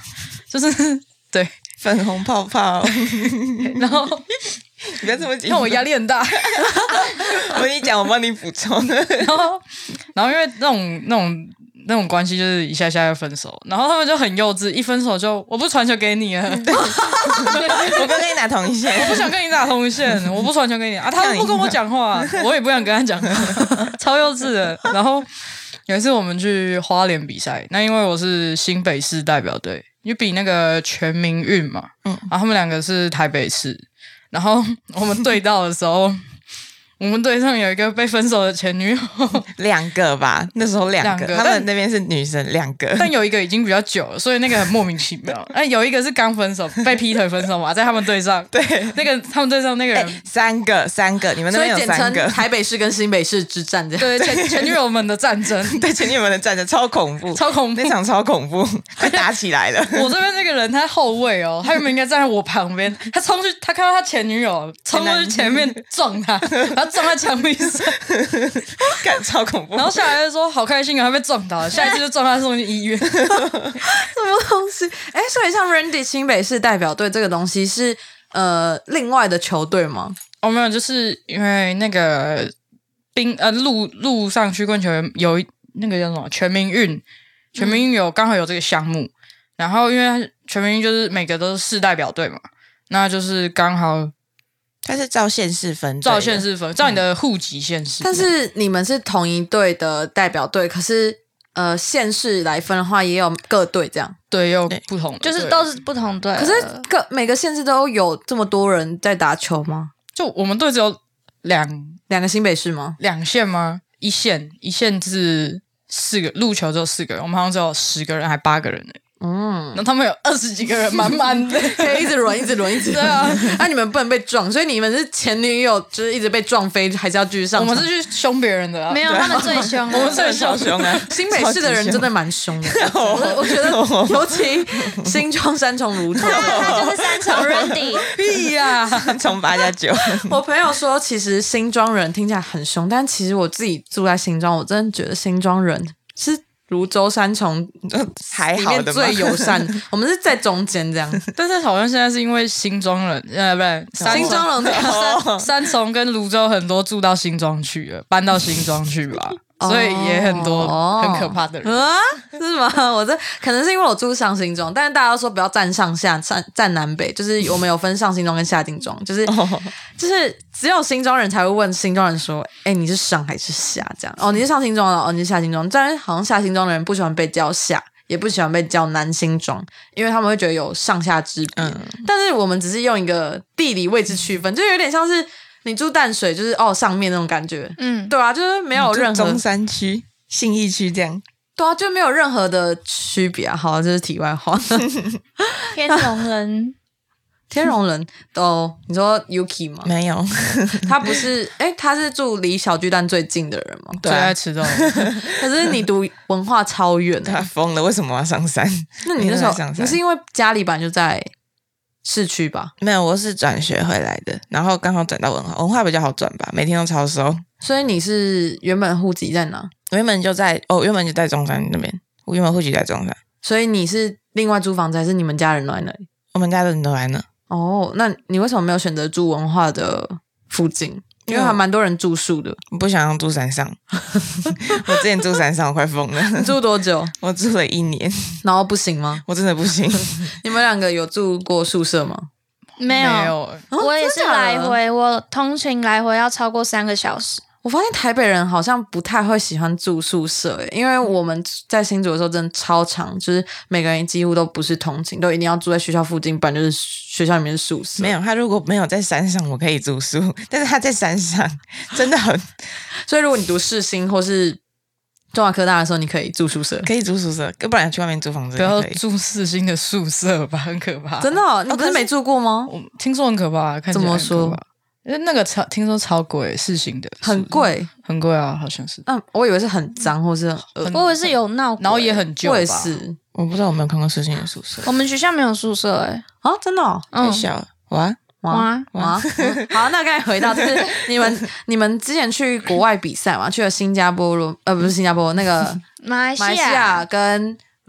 就是对粉红泡泡， 然后你不要这么紧张， 因为我压力很大， 我跟你讲，我帮你补充。 然后然后因为那种那种那种关系就是一下下就分手，然后他们就很幼稚，一分手就我不传球给你了， 我跟你打同一线， 我不想跟你打同一线，我不传球给你啊，他不跟我讲话，我也不想跟他讲话，超幼稚的。然后有一次我们去花莲比赛，那因为我是新北市代表队，因为比那个全民运嘛，嗯，然后他们两个是台北市，然后我们对到的时候。我们队上有一个被分手的前女友， 两个吧，那时候两个， 两个他们那边是女生两个， 但有一个已经比较久了，所以那个很莫名其妙。哎，有一个是刚分手，被劈腿分手嘛，在他们队上， 对， 那个他们队上那个人、 欸、三个三个，你们那边有三个， 所以简称台北市跟新北市之战这样。 对前前女友们的战争， 对前女友们的战争超恐怖， 超恐怖， 那场超恐怖，快打起来了。 我这边那个人他后卫哦，他原本应该站在我旁边，他冲去，他看到他前女友冲过去前面撞他，然后撞在墙壁上。 干超恐怖， 然后下来就说好开心啊，他被撞倒了，下一次就撞他送去医院。 什么东西？哎，所以像 Randy 新北市代表队这个东西是呃另外的球队吗？ 哦，没有，就是因为那个冰呃路路上曲棍球有那个叫什么全民运，全民运有刚好有这个项目，然后因为全民运就是每个都是市代表队嘛，那就是刚好。 它是照县市分， 照县市分，照你的户籍县市。 但是你们是同一队的代表队，可是呃县市来分的话，也有各队这样。 对，也有不同的， 就是都是不同队。 可是各每个县市都有这么多人在打球吗？ 就我们队只有两两个新北市吗？ 两县吗？一县一县是四个，路球只有四个人，我们好像只有十个人还八个人呢。嗯，然后他们有二十几个人，满满的， 可以一直轮，一直轮，一直轮。对啊，那、啊、你们不能被撞，所以你们是前女友，就是一直被撞飞，还是要继续上场？ 我们是去凶别人的、啊， 没有，他们最凶、啊， 我们最凶凶啊！ 新北市的人真的蛮凶的，我我觉得，尤其新庄三重芦洲， 他就是三重 Randy， 屁呀， 三重八加九。 我朋友说，其实新庄人听起来很凶，但其实我自己住在新庄，我真的觉得新庄人是。泸州三重还好的里面最友善，我们是在中间这样。 但是好像现在是因为新庄人，呃，不是新庄人三三重跟泸州很多住到新庄去了，搬到新庄去吧。所以也很多很可怕的人、 哦、啊，是吗？我这可能是因为我住上新庄，但是大家都说不要站上下，站站南北，就是我们有分上新庄跟下新庄，就是、哦、就是只有新庄人才会问新庄人说，哎、欸，你是上还是下？这样哦，你是上新庄的，哦，你是下新庄。但是好像下新庄的人不喜欢被叫下，也不喜欢被叫南新庄，因为他们会觉得有上下之别。嗯、但是我们只是用一个地理位置区分，就有点像是。你住淡水就是哦上面那种感觉，嗯，对啊，就是没有任何中山区、信义区这样， 对啊，就没有任何的区别啊。好，这是题外话。 天龙人， 天龙人都你说 Yuki 吗？ 没有， 他不是，哎，他是住离小巨蛋最近的人吗？ 最爱吃肉。 可是你读文化超远， 他疯了，为什么要上山？ 那你那时候你是因为家里本来就在。市区吧， 没有，我是转学回来的，然后刚好转到文化，文化比较好转吧，每天都超收。 所以你是原本户籍在哪？ 我原本就在哦，原本就在中山那边，我原本户籍在中山。 所以你是另外租房子，还是你们家人都在那里？ 我们家的人都在那。 哦，那你为什么没有选择住文化的附近？因为还蛮多人住宿的。 我不想要住山上，我之前住山上我快疯了。 你住多久？ 我住了一年， 然后不行吗？ 我真的不行。 你们两个有住过宿舍吗？ 没有， 没有哦、我也是来回，我通勤来回要超过三个小时。 我发现台北人好像不太会喜欢住宿舍耶，因为我们在新竹的时候真的超长，就是每个人几乎都不是通勤，都一定要住在学校附近，不然就是学校里面的宿舍。 没有，他如果没有在山上，我可以住宿，但是他在山上真的很。 所以如果你读世新或是中华科大的时候，你可以住宿舍， 可以住宿舍，要不然去外面租房子。 不要住世新的宿舍吧，很可怕。 真的、哦？你不是没住过吗？ 我听说很可怕，看起来很可怕。怎么说？因为那个超听说超贵，世新的很贵， 很贵啊，好像是。 嗯，我以为是很脏，或是很我以为是有闹鬼， 然后也很旧吧。 我也是， 我不知道我没有看过世新的宿舍。 我们学校没有宿舍哎、欸， 啊，真的、哦， 太小了，哇哇哇！好，那刚才回到就是你们你们之前去国外比赛嘛，去了新加坡，呃，不是新加坡，那个马来西亚马来西亚跟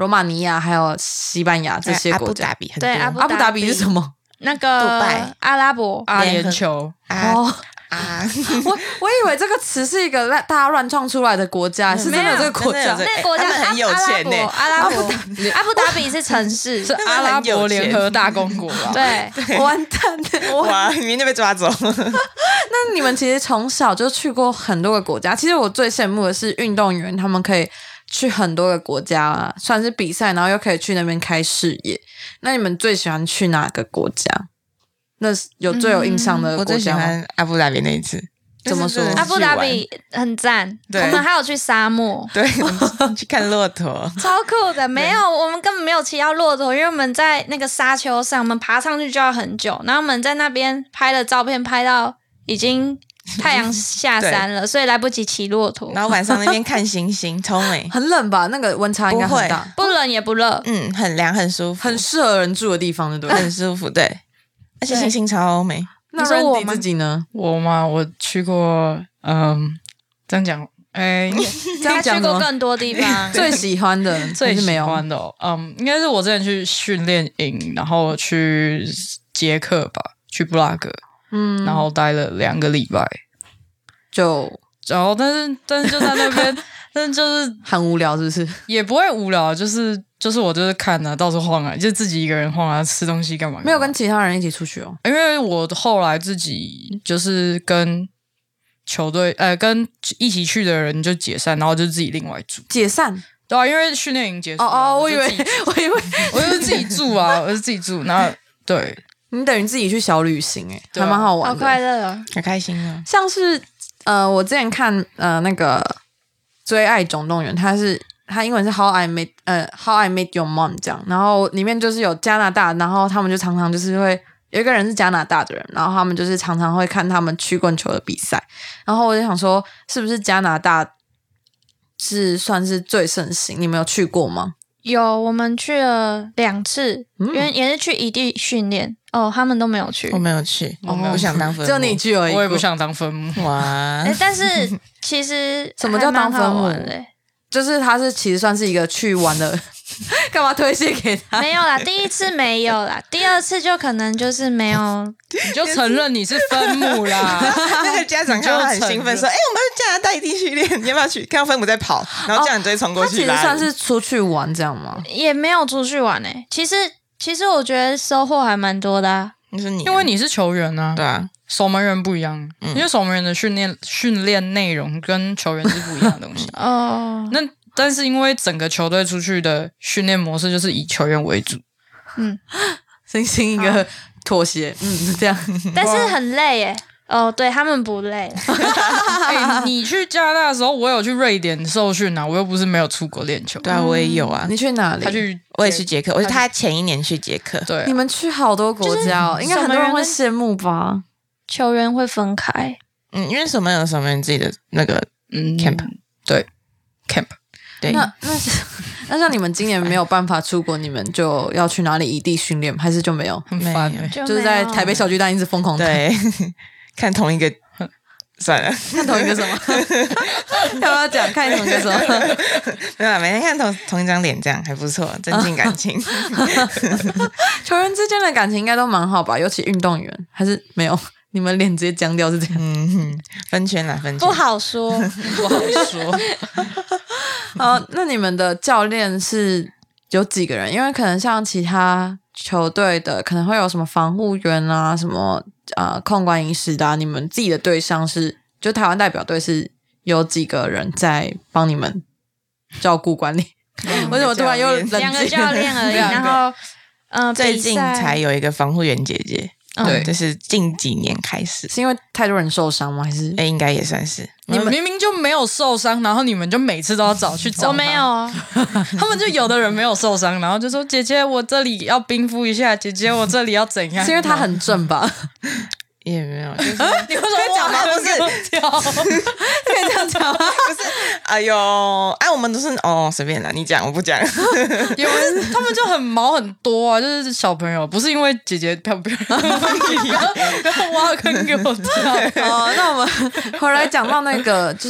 罗马尼亚还有西班牙这些阿布国家。 达比很多， 对阿布阿布达比是什么？ 那个杜拜阿拉伯阿联酋， 啊哦， 啊， 我我以为这个词是一个乱大家乱创出来的国家，是真的有这个国家真的有。这那个国家他们很有钱呢阿拉伯，阿拉伯阿布达比是城市， 是阿拉伯联合大公国吧？ 对， 完蛋了！我哇，明天就被抓走。 那你们其实从小就去过很多个国家。其实我最羡慕的是运动员，他们可以去很多个国家，算是比赛，然后又可以去那边开事业。那你们最喜欢去哪个国家？那是有最有印象的我最喜国家吗？ 欢阿布达比那一次。 怎么说就是阿布达比很赞，我对们还有去沙漠， 对，我们去看骆驼。 超酷的。没有，我们根本没有骑到骆驼，因为我们在那个沙丘上，我们爬上去就要很久，然后我们在那边拍了照片，拍到已经太阳下山了，所以来不及骑骆驼。 然后晚上那边看星星，超美。 很冷吧？那个温差应该很大， 不冷也不热， 嗯，很凉，很舒服， 很适合人住的地方，对不对？ 很舒服。对，而且星星超美。 那你说我 Randy 吗自己呢？ 我嘛，我去过，嗯，这样讲，哎， 这样他讲吗？ 去过更多地方。 最喜欢的最喜还是没有欢的、哦，嗯，应该是我之前去训练营，然后去捷克吧，去布拉格， 嗯， 然后待了两个礼拜， 就然后但是但是就在那边，但是就是很无聊，是不是？ 也不会无聊，就是就是我就是看啊，到处晃啊，就自己一个人晃啊，吃东西干嘛干嘛？ 没有跟其他人一起出去哦。 因为我后来自己就是跟球队呃跟一起去的人就解散，然后就自己另外住。 解散对啊，因为训练营结束哦了。 哦，我以为就自己我以为我就是自己住啊，我是自己住，然后对你等于自己去小旅行哎， 对啊还蛮好好玩的。 快乐哦！ 好开心哦！ 像是呃，我之前看呃那个《追爱总动员》，它是它英文是 How I Met 呃 How I Met Your Mom 这样，然后里面就是有加拿大，然后他们就常常就是会有一个人是加拿大的人，然后他们就是常常会看他们曲棍球的比赛，然后我就想说，是不是加拿大是算是最盛行？你们有去过吗？ 有，我们去了两次， 嗯因为也是去异地训练。哦，他们都没有去我。没有去， 我没有不想当分母， 只有你去而已。 我也不想当分母。 哇哎，，但是其实什么叫当分母还蛮好玩的欸就是他是其实算是一个去玩的，干嘛推卸给他？ 没有啦，第一次没有啦，第二次就可能就是没有。 你就承认你是分母啦。 那个家长看到他很兴奋，说：“哎、我们去加拿大异地训练，你要不要去？”看到分母在跑，然后这样你就会冲过他其实去拉人。 算是出去玩这样吗？ 也没有出去玩诶、欸其实，其实我觉得收获还蛮多的、啊。 你说你啊， 因为你是球员啊， 对啊， 守门员不一样， 嗯因为守门员的训练训练内容跟球员是不一样的东西。 哦， 那但是因为整个球队出去的训练模式就是以球员为主， 嗯， 星星一个妥协，嗯，这样。 但是很累耶。哦，对他们不累， 哎、你去加拿大的时候，我有去瑞典受训啊，我又不是没有出国练球。 对啊，我也有啊你，去哪里？ 他去， 我也去捷克，我是他前一年去捷克， 对啊、 你们去好多国家哦，应该很多人会羡慕吧？ 球员会分开。 嗯，因为守门有守门员自己的那个嗯 camp， 对 camp， 对， 那那是那像你们今年没有办法出国，你们就要去哪里异地训练，还是就没有？ 很烦、 没有欸。 就就是在台北小巨蛋一直疯狂打对，看同一个，算了， 看同一个什么？要不要讲看同一个什么？ 没有啦，每天看同同一张脸，这样还不错，增进感情。 球员之间的感情应该都蛮好吧？尤其运动员还是没有？你们脸直接僵掉是这样？ 嗯，哼分圈啦，分圈不好说， 不好说。 哦，那你们的教练是有几个人？因为可能像其他球队的，可能会有什么防护员啊，什么呃控管饮食的、啊。你们自己的队上是，就台湾代表队是有几个人在帮你们照顾管理？为什么突然又冷静？ 两个教练而已。 两个然后，嗯， 最近比赛才有一个防护员姐姐， 嗯对这是近几年开始， 是因为太多人受伤吗？还是哎，应该也算是。 你们明明就没有受伤，然后你们就每次都要找去找。 我没有，啊， 他们就有的人没有受伤，然后就说：“姐姐，我这里要冰敷一下，姐姐，我这里要怎样？” 是因为他很正吧？ 也没有，就是你为什么讲吗不是跳？ 可以这样讲吗？ 哎呦，哎，我们都是哦，随便啦，你讲我不讲。 也不是，他们就很毛很多啊，就是小朋友，不是因为姐姐漂不漂亮的问题，不要挖坑给我跳。 哦，那我们回来讲到那个，就是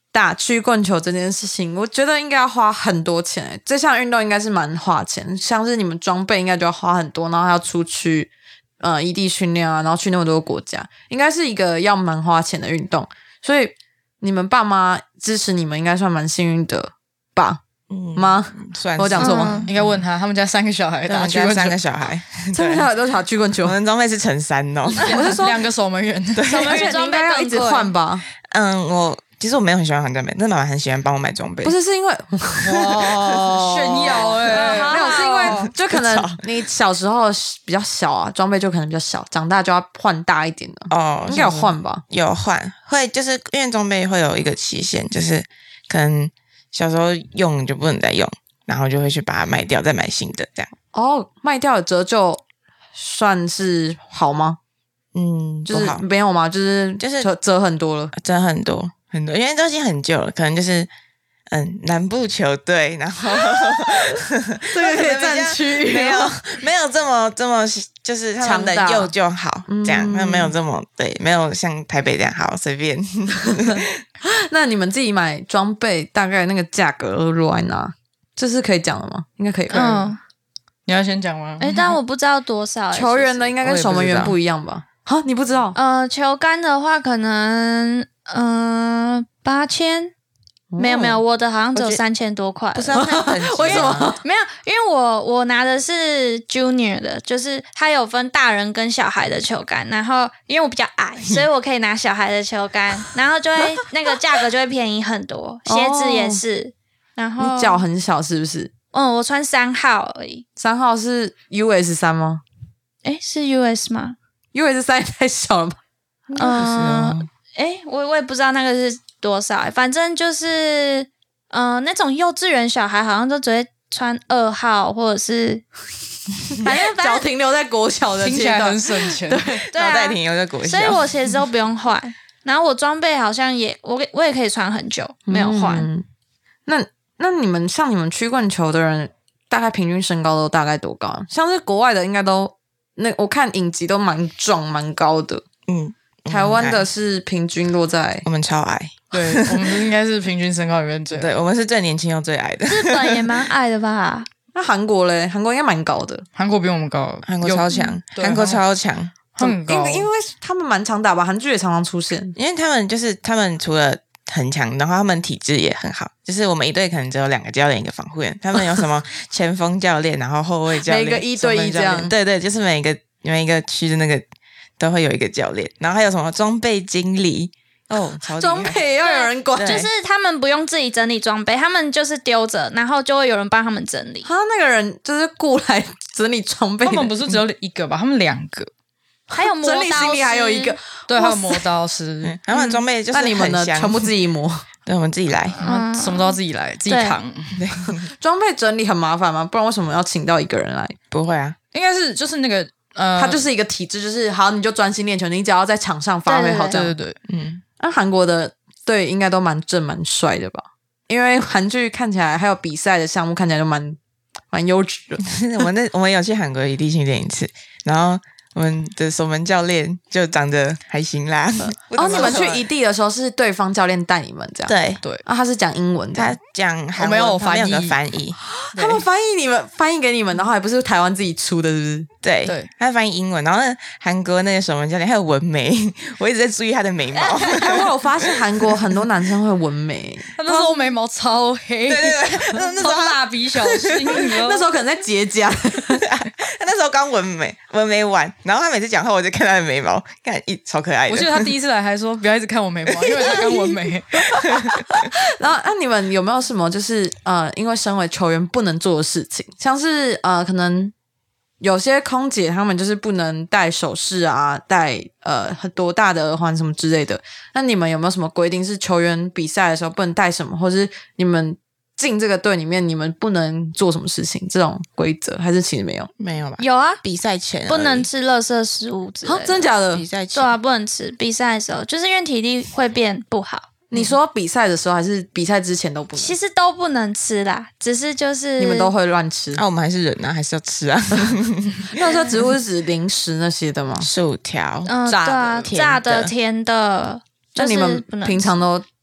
打曲棍球这件事情，我觉得应该要花很多钱。这项运动应该是蛮花钱，像是你们装备应该就要花很多，然后还要出去呃异地训练啊，然后去那么多国家，应该是一个要蛮花钱的运动。所以你们爸妈支持你们，应该算蛮幸运的吧？嗯吗？ 算我讲错吗？ 应该问他，他们家三个小孩打曲棍球， 三个小孩， 三个小孩都打曲棍球， 我们装备是乘三哦。 我是说两个守门员， 守门员装备要一直换吧？ 嗯，我其实我没有很喜欢换装备，但妈妈很喜欢帮我买装备。 不是，是因为哇炫耀哎、 欸，没有，是因为就可能你小时候比较小啊，装备就可能比较小，长大就要换大一点的哦。应该有换吧？ 有换，会就是因为装备会有一个期限，就是可能小时候用就不能再用，然后就会去把它卖掉，再买新的这样。 哦，卖掉的折旧算是好吗？ 嗯， 就是没有吗？就是就是折很多了， 折很多很多，因为都已经很旧了，可能就是嗯南部球队，然后这个可以占区域， 没有没有这么这么就是他们的幼就好，这样那、嗯、没有这么对，没有像台北这样好随便。 那你们自己买装备大概那个价格落在哪？这是可以讲的吗？应该可以。 嗯， 你要先讲吗？ 哎、欸，但我不知道多少、欸。 球员的应该跟守门员不一样吧？啊，你不知道？ 呃，球杆的话可能嗯八千。没有没有，我的好像只有三千多块。 不是要看等级？ 为什么？ 没有，因为我我拿的是 Junior 的，就是它有分大人跟小孩的球杆。然后因为我比较矮，所以我可以拿小孩的球杆，然后就会那个价格就会便宜很多。鞋子也是。然后你脚很小是不是？ 嗯，我穿三号而已。 三号是 U S 三吗？ 诶，是 U S 吗 ？U S 三也太小了吧？ 嗯，诶，我我也不知道那个是多少、欸，反正就是呃那种幼稚园小孩好像都只会穿二号或者是反正脚停留在国小的听起来很省钱， 对对啊， 脑袋停留在国小， 所以我鞋子都不用换，然后我装备好像也我我也可以穿很久没有换、 嗯。那那你们像你们曲棍球的人，大概平均身高都大概多高？像是国外的应该都那我看影集都蛮壮蛮高的， 嗯。 台湾的是平均落在我们超矮， 对，我们应该是平均身高里面最对，我们是最年轻又最矮的。 日本也蛮矮的吧？ 那韩国嘞？韩国应该蛮高的， 韩国比我们高， 韩国超强，韩国超强， 很高， 因为因为他们蛮常打吧，韩剧也常常出现， 因为他们就是他们除了很强，然后他们体质也很好，就是我们一队可能只有两个教练一个防护员，他们有什么前锋教练，然后后卫教练， 每个一对一这样， 对对，就是每一个每一个区的那个。都会有一个教练，然后还有什么装备经理哦，超装备要有人管， 就是他们不用自己整理装备，他们就是丢着，然后就会有人帮他们整理。 他那个人就是雇来整理装备的， 他们不是只有一个吧？他们两个， 还有磨刀师， 整理行李还有一个， 对，还有磨刀师。 他们装备就是那你们呢？全部自己磨， 对，我们自己来， 嗯，什么都要自己来，自己扛。 对， 装备整理很麻烦吗？不然为什么要请到一个人来？ 不会啊， 应该是就是那个。呃， 他就是一个体制，就是好，你就专心练球，你只要在场上发挥好，这样对对对， 嗯。那韩国的队应该都蛮正蛮帅的吧？因为韩剧看起来还有比赛的项目看起来都蛮蛮优质的。 我们那我们有去韩国异地训练一次，然后我们的守门教练就长得还行啦。 哦，你们去异地的时候是对方教练带你们这样？ 对对。 啊，他是讲英文的， 他讲韩文， 我没有翻译， 有个翻译， 他们翻译你们翻译给你们，然后还不是台湾自己出的，是不是？ 对对， 他翻译英文，然后那韩国那个守门教练还有纹眉，我一直在注意他的眉毛。 哎，我有发现韩国很多男生会纹眉， 他那时候眉毛超黑， 对对对，那时候蜡笔小新， 那时候可能在结痂。 他那时候刚纹眉，纹眉完，然后他每次讲话我就看他的眉毛，看一超可爱的。 我记得他第一次来还说不要一直看我眉毛，因为他刚纹眉。 然后，那、啊、你们有没有什么就是呃，因为身为球员不能做的事情，像是呃，可能有些空姐他们就是不能戴首饰啊，戴呃很多大的耳环什么之类的。那你们有没有什么规定是球员比赛的时候不能戴什么，或是你们进这个队里面你们不能做什么事情这种规则，还是其实没有？ 没有吧？ 有啊， 比赛前不能吃垃圾食物之类的。 啊，真的假的？ 比赛前对啊，不能吃。比赛的时候，就是因为体力会变不好。 你说比赛的时候还是比赛之前都不能？ 其实都不能吃啦，只是就是你们都会乱吃啊？我们还是人啊，还是要吃啊。 那时候植物是指零食那些的吗？ 薯条、 嗯， 炸的、 对啊、炸的、甜的。 那、就是、你们平常都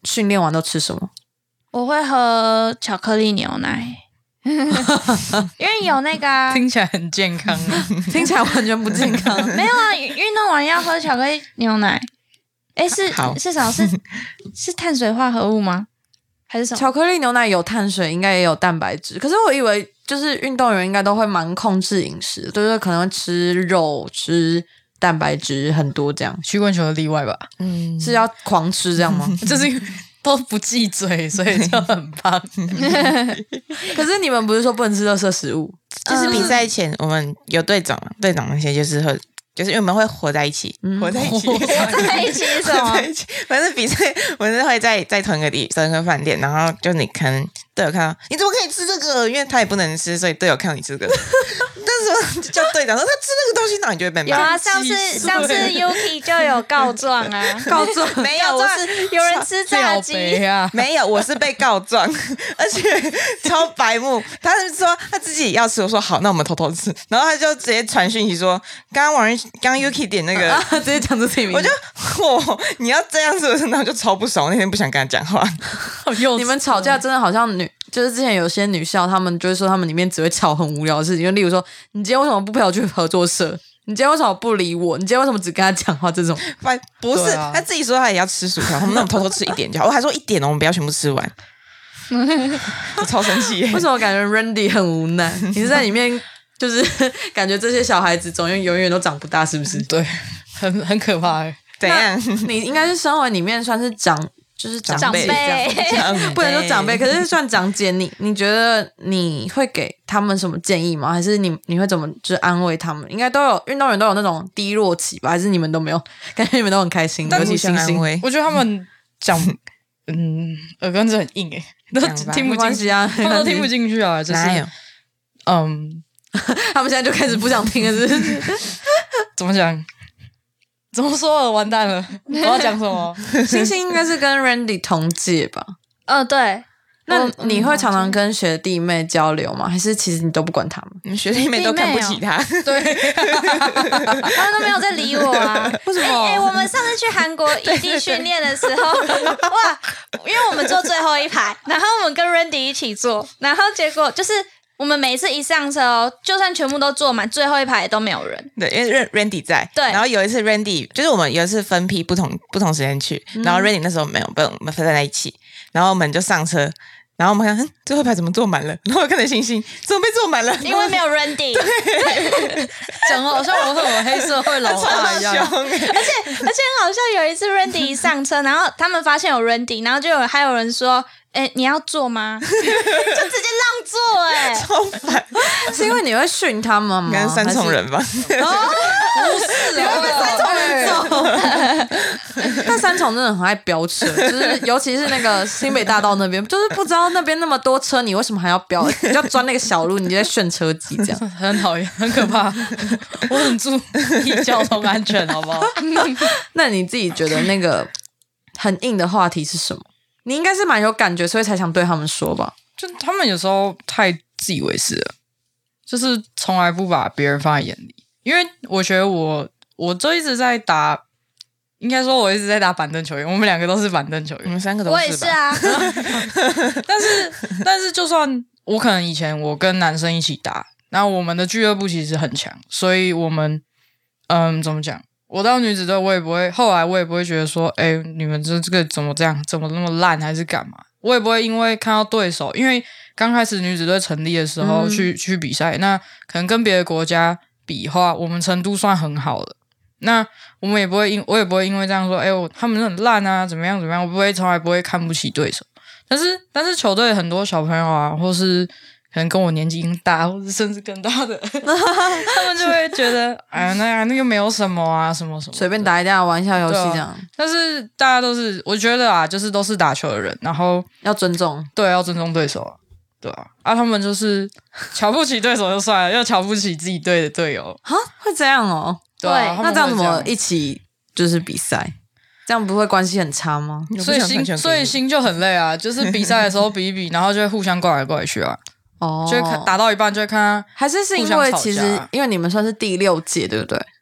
训练完都吃什么？ 我会喝巧克力牛奶，因为有那个、啊、 听起来很健康啊， 听起来完全不健康。 没有啊，运动完要喝巧克力牛奶。哎，是是什么？是是碳水化合物吗？还是什么？ 巧克力牛奶有碳水，应该也有蛋白质。可是我以为就是运动员应该都会蛮控制饮食，就是可能会吃肉、吃蛋白质很多这样。 曲棍球的例外吧？ 嗯，是要狂吃这样吗？ 就是因为都不忌嘴，所以就很胖。 可是你们不是说不能吃垃圾食物？ 就是比赛前我们有队长，队长那些就是会。就是因为我们会活在一起，嗯、活在一起，活在一起什么？ 反正比赛我们是会在在同一个地同一个饭店，然后就你可能队友看到你怎么可以吃这个，因为他也不能吃，所以队友看到你吃这个，但是就叫队长说他吃那个东西，那你就会被骂。 有啊，上次上次 Yuki 就有告状啊， 告状没有，我是有人吃炸鸡啊， 没有，我是被告状，而且超白目，他是说他自己要吃，我说好，那我们偷偷吃，然后他就直接传讯息说，刚刚网人。刚刚 Yuki 点那个， 啊、直接讲出自己名字， 我就嚯，你要这样子，然后就超不爽。那天不想跟他讲话。 你们吵架真的好像女，就是之前有些女校，他们就会说他们里面只会吵很无聊的事情，就例如说，你今天为什么不陪我去合作社？你今天为什么不理我？你今天为什么只跟他讲话？这种不是、啊、他自己说他也要吃薯条，我们那种偷偷吃一点就好。我还说一点哦，我们不要全部吃完。我超生气耶！ 为什么感觉 Randy 很无奈？你是在里面？就是感觉这些小孩子总永永远都长不大，是不是？ 对，很很可怕。 怎样？ 你应该是生活里面算是长，就是长辈， 长辈不能说长辈，可是算长姐。你你觉得你会给他们什么建议吗？还是你你会怎么就是安慰他们？应该都有运动员都有那种低落期吧？还是你们都没有？感觉你们都很开心，尤其星星。 我觉得他们讲，嗯，耳根子很硬诶，都听不进去啊， 他们都听不进去啊，就是嗯。 他们现在就开始不想听了是不是怎么讲？怎么说？完蛋了！我要讲什么？ 星星应该是跟 Randy 同届吧？ 嗯、呃，对。 那你会常常跟学弟妹交流吗？还是其实你都不管他们？ 学弟妹都看不起他， 对，他们都没有在理我啊。 为什么？ 哎、欸欸，我们上次去韩国异地训练的时候，哇，因为我们坐最后一排，然后我们跟 Randy 一起坐，然后结果就是。我们每次一上车哦，就算全部都坐满，最后一排都没有人。 对，因为 Randy 在。 对。 然后有一次 Randy 就是我们有一次分批不同不同时间去，嗯、然后 Randy 那时候没有，不，我们分在一起，然后我们就上车，然后我们看，嗯，最后一排怎么坐满了？然后我看着星星，怎么被坐满了？ 因为没有 Randy。 对。讲好像我和我黑社会老大一样。 而且而且很好笑，有一次 Randy 一上车，然后他们发现有 Randy， 然后就有还有人说。哎，你要坐吗？就直接让座哎、欸， 超烦！ 是因为你会训他们吗？ 跟三重人吧？ 哦，不是，你会被三重人揍。但三重真的很爱飙车，就是尤其是那个新北大道那边，就是不知道那边那么多车，你为什么还要飙？你要钻那个小路，你就在炫车技，这样很讨厌，很可怕。我很注意交通安全，好不好？ 那你自己觉得那个很硬的话题是什么？你应该是蛮有感觉，所以才想对他们说吧。 就他们有时候太自以为是了，就是从来不把别人放在眼里。因为我觉得我我就一直在打，应该说我一直在打板凳球员。我们两个都是板凳球员， 我们三个都是吧。 我也是啊。 但是但是，就算我可能以前我跟男生一起打，那我们的俱乐部其实很强，所以我们嗯怎么讲？我到女子队，我也不会，后来我也不会觉得说，哎，你们这这个怎么这样，怎么那么烂，还是干嘛？我也不会因为看到对手，因为刚开始女子队成立的时候、嗯、去去比赛，那可能跟别的国家比的话，我们程度算很好了。那我们也不会因，我也不会因为这样说，哎，我他们很烂啊，怎么样怎么样，我不会，从来不会看不起对手。但是但是球队很多小朋友啊，或是可能跟我年纪更大，或者甚至更大的，他们就会觉得，哎，那那又没有什么啊，什么什么， 随便打一打，玩一下游戏这样、啊。 但是大家都是，我觉得啊，就是都是打球的人，然后要尊重， 对，要尊重对手啊，对啊，啊，他们就是瞧不起对手就算了，又瞧不起自己队的队友， 哈，会这样哦？ 对，啊、 那这样怎么一起就是比赛？这样不会关系很差吗？ 所以心，所以心就很累啊，就是比赛的时候比一比，然后就会互相怪来怪去啊。 哦， 就会看打到一半就会看他， 还是是因为其实因为你们算是第六届对不对？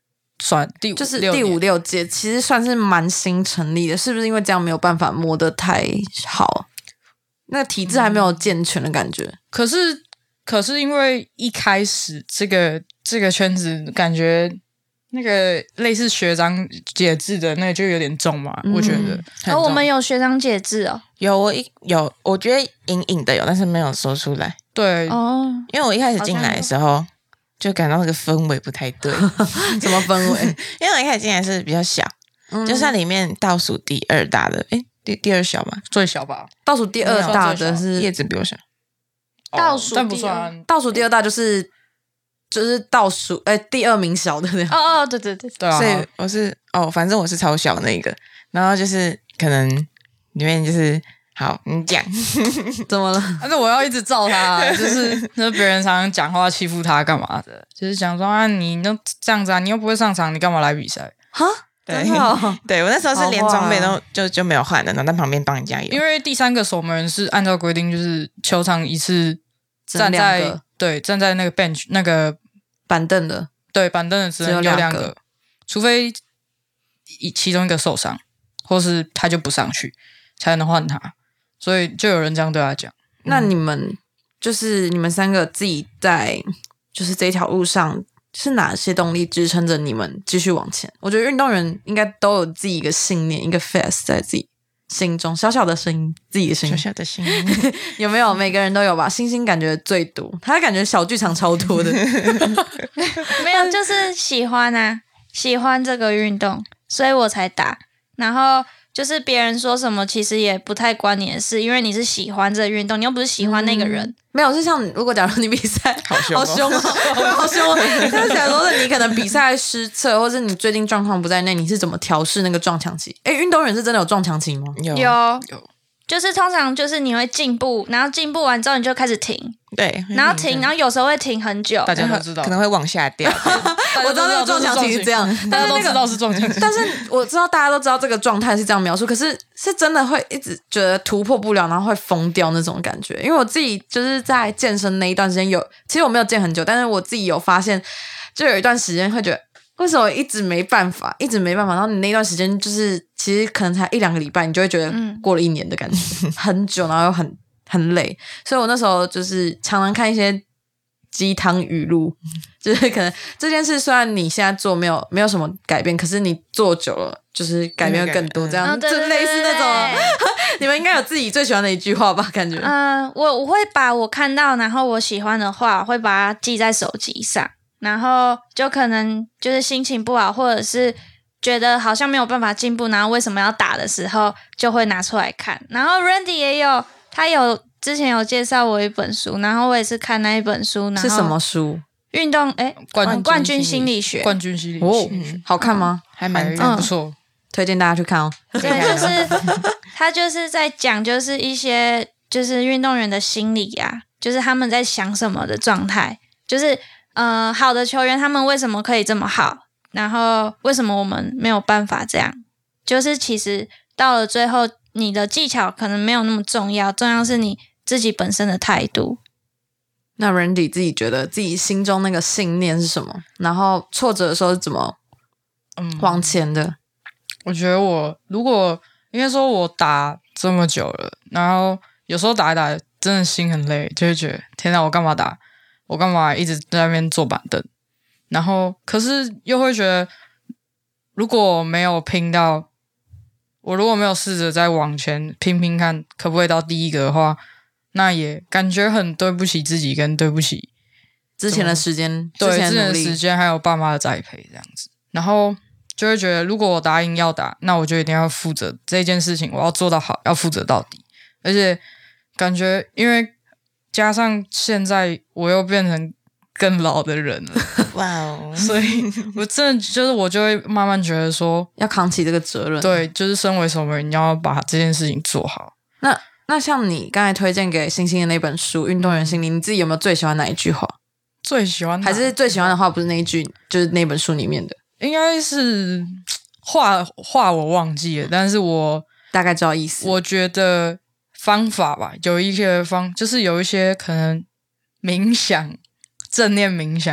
算第五就是第五六届，其实算是蛮新成立的，是不是因为这样没有办法磨得太好？那个体制还没有健全的感觉。嗯、 可是，可是因为一开始这个这个圈子感觉那个类似学长姐制的那个就有点重嘛，嗯、我觉得。 哦，我们有学长姐制哦， 有我一有，我觉得隐隐的有，但是没有说出来。 对哦， 因为我一开始进来的时候就感到那个氛围不太对。 什么氛围？ 因为我一开始进来是比较小，嗯、就算里面倒数第二大的，诶第第二小嘛， 最小吧。 倒数第二大的是叶子比我小， 倒数、 哦、但不算。 倒数第二大就是就是倒数哎第二名小的那样。 哦哦，对对对， 对啊。 所以我是哦，反正我是超小那个，然后就是可能里面就是好，你讲怎么了？ 但是我要一直照他，就是就是别人常常讲话欺负他干嘛的，就是讲说啊，你都这样子啊，你又不会上场，你干嘛来比赛？ 哈。 对， 哦、 对我那时候是连装备都就就没有换的，然后在旁边帮人加油。 因为第三个守门人是按照规定，就是球场一次站在对站在那个 bench 那个板凳的， 对板凳的只能有两个，除非其中一个受伤，或是他就不上去，才能换他。所以就有人这样对他讲。 那你们就是你们三个自己在就是这条路上。是哪些动力支撑着你们继续往前？我觉得运动员应该都有自己一个信念，一个 face 在自己心中，小小的声音，自己的声音， 小小的声音， 有没有？每个人都有吧？星星感觉最多，他感觉小剧场超多的。 没有，就是喜欢啊，喜欢这个运动，所以我才打。然后就是别人说什么，其实也不太关你的事，因为你是喜欢这个运动，你又不是喜欢那个人。嗯没有，是像如果假如你比赛好凶、哦， 好凶哦，好凶、哦。但是假如说你可能比赛失策，或是你最近状况不在内，你是怎么调试那个撞墙期？哎，运动员是真的有撞墙期吗？ 有有有， 就是通常就是你会进步，然后进步完之后你就开始停， 对， 然后停，然后有时候会停很久， 大家都知道， 可能会往下掉。 我知道那个撞墙期是这样， 大家都知道是撞墙期， 但是我知道大家都知道这个状态是这样描述，可是是真的会一直觉得突破不了，然后会疯掉那种感觉。因为我自己就是在健身那一段时间有，其实我没有健很久，但是我自己有发现，就有一段时间会觉得为什么一直没办法，一直没办法，然后你那段时间就是其实可能才一两个礼拜，你就会觉得过了一年的感觉，嗯、很久，然后又很很累，所以我那时候就是常常看一些鸡汤语录，就是可能这件事虽然你现在做没有没有什么改变，可是你做久了就是改变会更多，这样、 哦、对对对就类似那种。你们应该有自己最喜欢的一句话吧？感觉， 嗯、呃，我我会把我看到然后我喜欢的话，会把它记在手机上，然后就可能就是心情不好，或者是觉得好像没有办法进步，然后为什么要打的时候，就会拿出来看。然后 Randy 也有，他有。之前有介绍我一本书，然后我也是看那一本书。然后是什么书？ 运动哎，冠冠军心理学。 冠军心理学、 哦嗯，好看吗？ 还蛮嗯不错， 推荐大家去看哦。 对，就是他就是在讲，就是一些就是运动员的心理啊，就是他们在想什么的状态，就是呃，好的球员他们为什么可以这么好，然后为什么我们没有办法这样？就是其实到了最后，你的技巧可能没有那么重要，重要是你自己本身的态度。 那 Randy 自己觉得自己心中那个信念是什么？然后挫折的时候是怎么往前的？ 嗯、我觉得我如果应该说我打这么久了，然后有时候打一打真的心很累，就会觉得天哪，我干嘛打？我干嘛一直在那边坐板凳？然后可是又会觉得，如果没有拼到，我如果没有试着再往前拼拼看，可不可以到第一个的话，那也感觉很对不起自己，跟对不起之前的时间， 对之前的努力时间，还有爸妈的栽培这样子。然后就会觉得，如果我答应要打，那我就一定要负责这件事情，我要做到好，要负责到底。而且感觉，因为加上现在我又变成更老的人了， 哇哦！ 所以我真的就是我就会慢慢觉得说， 要扛起这个责任。 对，就是身为守门人，你要把这件事情做好。 那那像你刚才推荐给星星的那本书《运动员心理》，你自己有没有最喜欢哪一句话？ 最喜欢还是最喜欢的话不是那一句，就是那本书里面的？ 应该是话话我忘记了，但是我大概知道意思。 我觉得方法吧，有一些方就是有一些可能冥想、正念冥想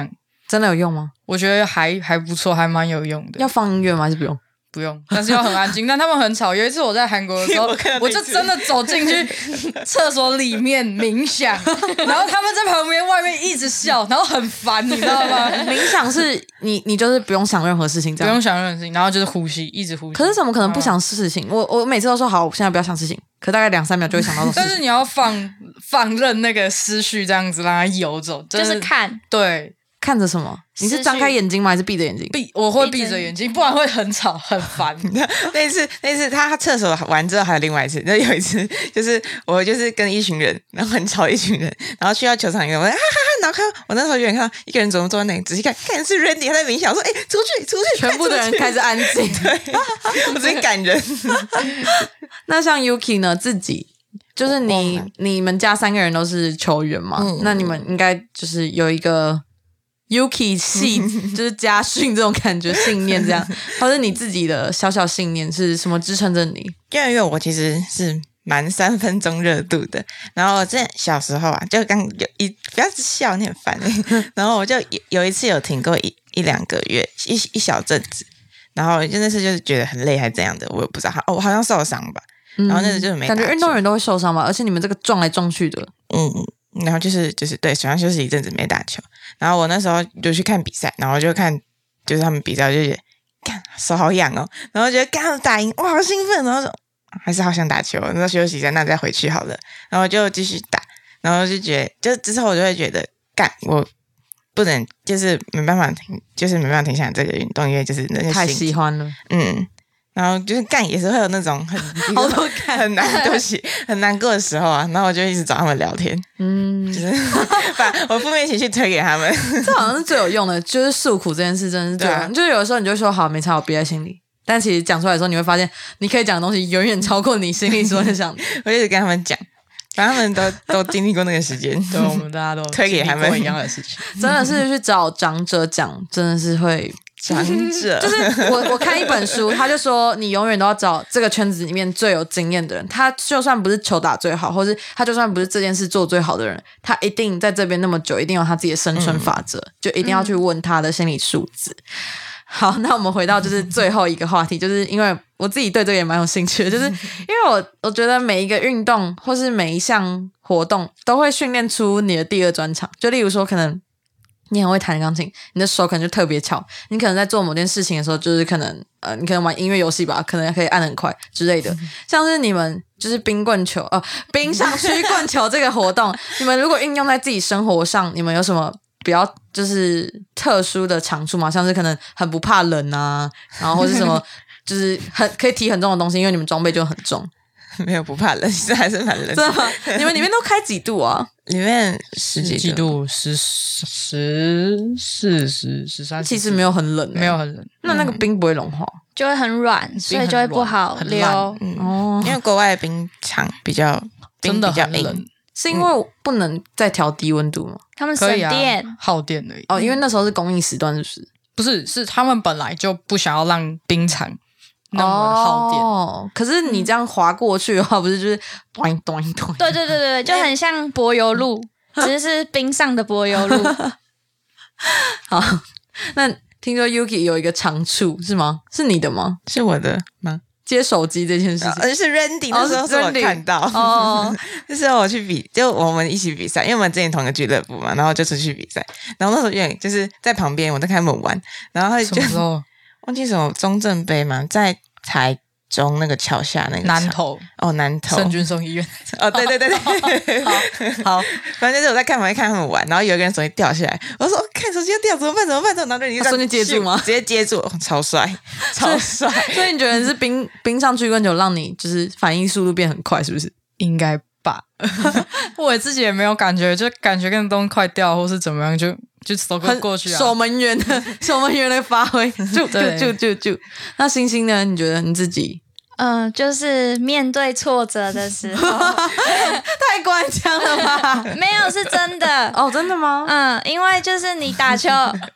真的有用吗？ 我觉得还还不错，还蛮有用的。 要放音乐吗？还是不用？ 不用，但是要很安静。但他们很吵。有一次我在韩国的时候，我, 我就真的走进去厕所里面冥想，然后他们在旁边外面一直笑，然后很烦，你知道吗？ 冥想是你你就是不用想任何事情，这样不用想任何事情，然后就是呼吸，一直呼吸。 可是怎么可能不想事情？我我每次都说好，我现在不要想事情，可大概两三秒就会想到这种事情。 但是你要放放任那个思绪这样子让它游走， 就是看对。 看着什么？你是张开眼睛吗？还是闭着眼睛？ 闭，我会闭着眼睛，不然会很吵很烦。 那次那次他厕所完之后还有另外一次，那有一次就是我就是跟一群人，然后很吵一群人，然后去到球场里面，我哈哈哈，然后看我那时候远看到一个人怎么坐在那里，仔细看，看是 Randy 他在冥想，我说哎、欸、出去出去， 全部的人开始安静， 对，我真感人。 那像 Yuki 呢，自己就是你、 哦、 你们家三个人都是球员嘛、嗯，那你们应该就是有一个。Yuki 系就是家训这种感觉信念这样，或者你自己的小小信念是什么支撑着你？ 因为因为我其实是蛮三分钟热度的，然后我之前小时候啊，就刚有一不要笑你很烦然后我就有有一次有停过一一两个月一一小阵子，然后就那次就是觉得很累还是怎样的，我也不知道，哦，我好像受伤吧，然后那次就是没打球、 嗯、感觉运动员都会受伤吧，而且你们这个撞来撞去的， 嗯。然后就是就是对，好像休息一阵子没打球，然后我那时候就去看比赛，然后就看就是他们比赛，我就觉得干手好痒哦，然后觉得干他们打赢哇好兴奋，然后说还是好想打球，然后休息一下那再回去好了，然后就继续打，然后就觉得就之后我就会觉得干我不能就是没办法停，就是没办法停下来这个运动，因为就是那个太喜欢了， 嗯。然后就是干也是会有那种很好多干很难对不起很难过的时候啊，然后我就一直找他们聊天，嗯，就是把我负面情绪推给他们， 这好像是最有用的，就是诉苦这件事真的是最有用、啊、就是有的时候你就说好没差，我憋在心里，但其实讲出来的时候你会发现你可以讲的东西远远超过你心里所想的我一直跟他们讲，反正他们都都经历过那个时间， 对，我们大家都推给他们一样的事情真的是去找长者讲真的是会长者就是我我看一本书，他就说你永远都要找这个圈子里面最有经验的人，他就算不是球打最好，或是他就算不是这件事做最好的人，他一定在这边那么久，一定有他自己的生存法则、嗯、就一定要去问他的心理数字、嗯、好，那我们回到就是最后一个话题，就是因为我自己对这个也蛮有兴趣的，就是因为我我觉得每一个运动或是每一项活动都会训练出你的第二专长，就例如说可能你很会弹钢琴，你的手可能就特别巧，你可能在做某件事情的时候就是可能呃，你可能玩音乐游戏吧，可能可以按很快之类的，像是你们就是冰棍球呃，冰上曲棍球这个活动你们如果运用在自己生活上，你们有什么比较就是特殊的长处吗？像是可能很不怕冷啊，然后或是什么就是很可以提很重的东西，因为你们装备就很重。 没有不怕冷，其实还是蛮冷的。 真的吗？你们里面都开几度啊？ 里面十几几度，十十四十十三， 其实没有很冷、欸， 没有很冷。 那那个冰不会融化， 就会很软，所以就会不好溜。 嗯、哦，因为国外的冰场比较冰比较硬， 是因为不能再调低温度吗？ 他们省电、 啊、耗电而已。 哦，因为那时候是供应时段，是不是？ 不是，是他们本来就不想要让冰场那么耗电。 哦，可是你这样滑过去的话，不是就是咚咚咚？ 对对对对，就很像柏油路，只是是冰上的柏油路。 好，那听说 Yuki 有一个长处是吗？是你的吗？ 是我的吗？ 接手机这件事情， 而是 Randy 那时候是我看到， 哦， 那时候我去比，就我们一起比赛，因为我们之前同一个俱乐部嘛，然后就出去比赛，然后那时候远就是在旁边，我在看他们玩，然后他就忘记什么中正杯嘛，在台中那个桥下那个南投哦，南投圣君松医院哦，对对对对，好，好，反正就是我在看旁边看他们玩，然后有一个人手机掉下来，我说、哦、看手机要掉怎么办怎么办？然后你瞬间接住吗？ 直接接住，哦、超帅，超帅。 所以你觉得是冰冰上曲棍球让你就是反应速度变很快，是不是？ 应该吧。我自己也没有感觉，就感觉跟东西快掉或是怎么样，就就手过过去啊。 守门员的守门员的发挥，就就就就就。那星星呢？你觉得你自己？ 嗯、呃，就是面对挫折的时候， 太官腔了吧？ 没有，是真的哦，真的吗？ 嗯，因为就是你打球，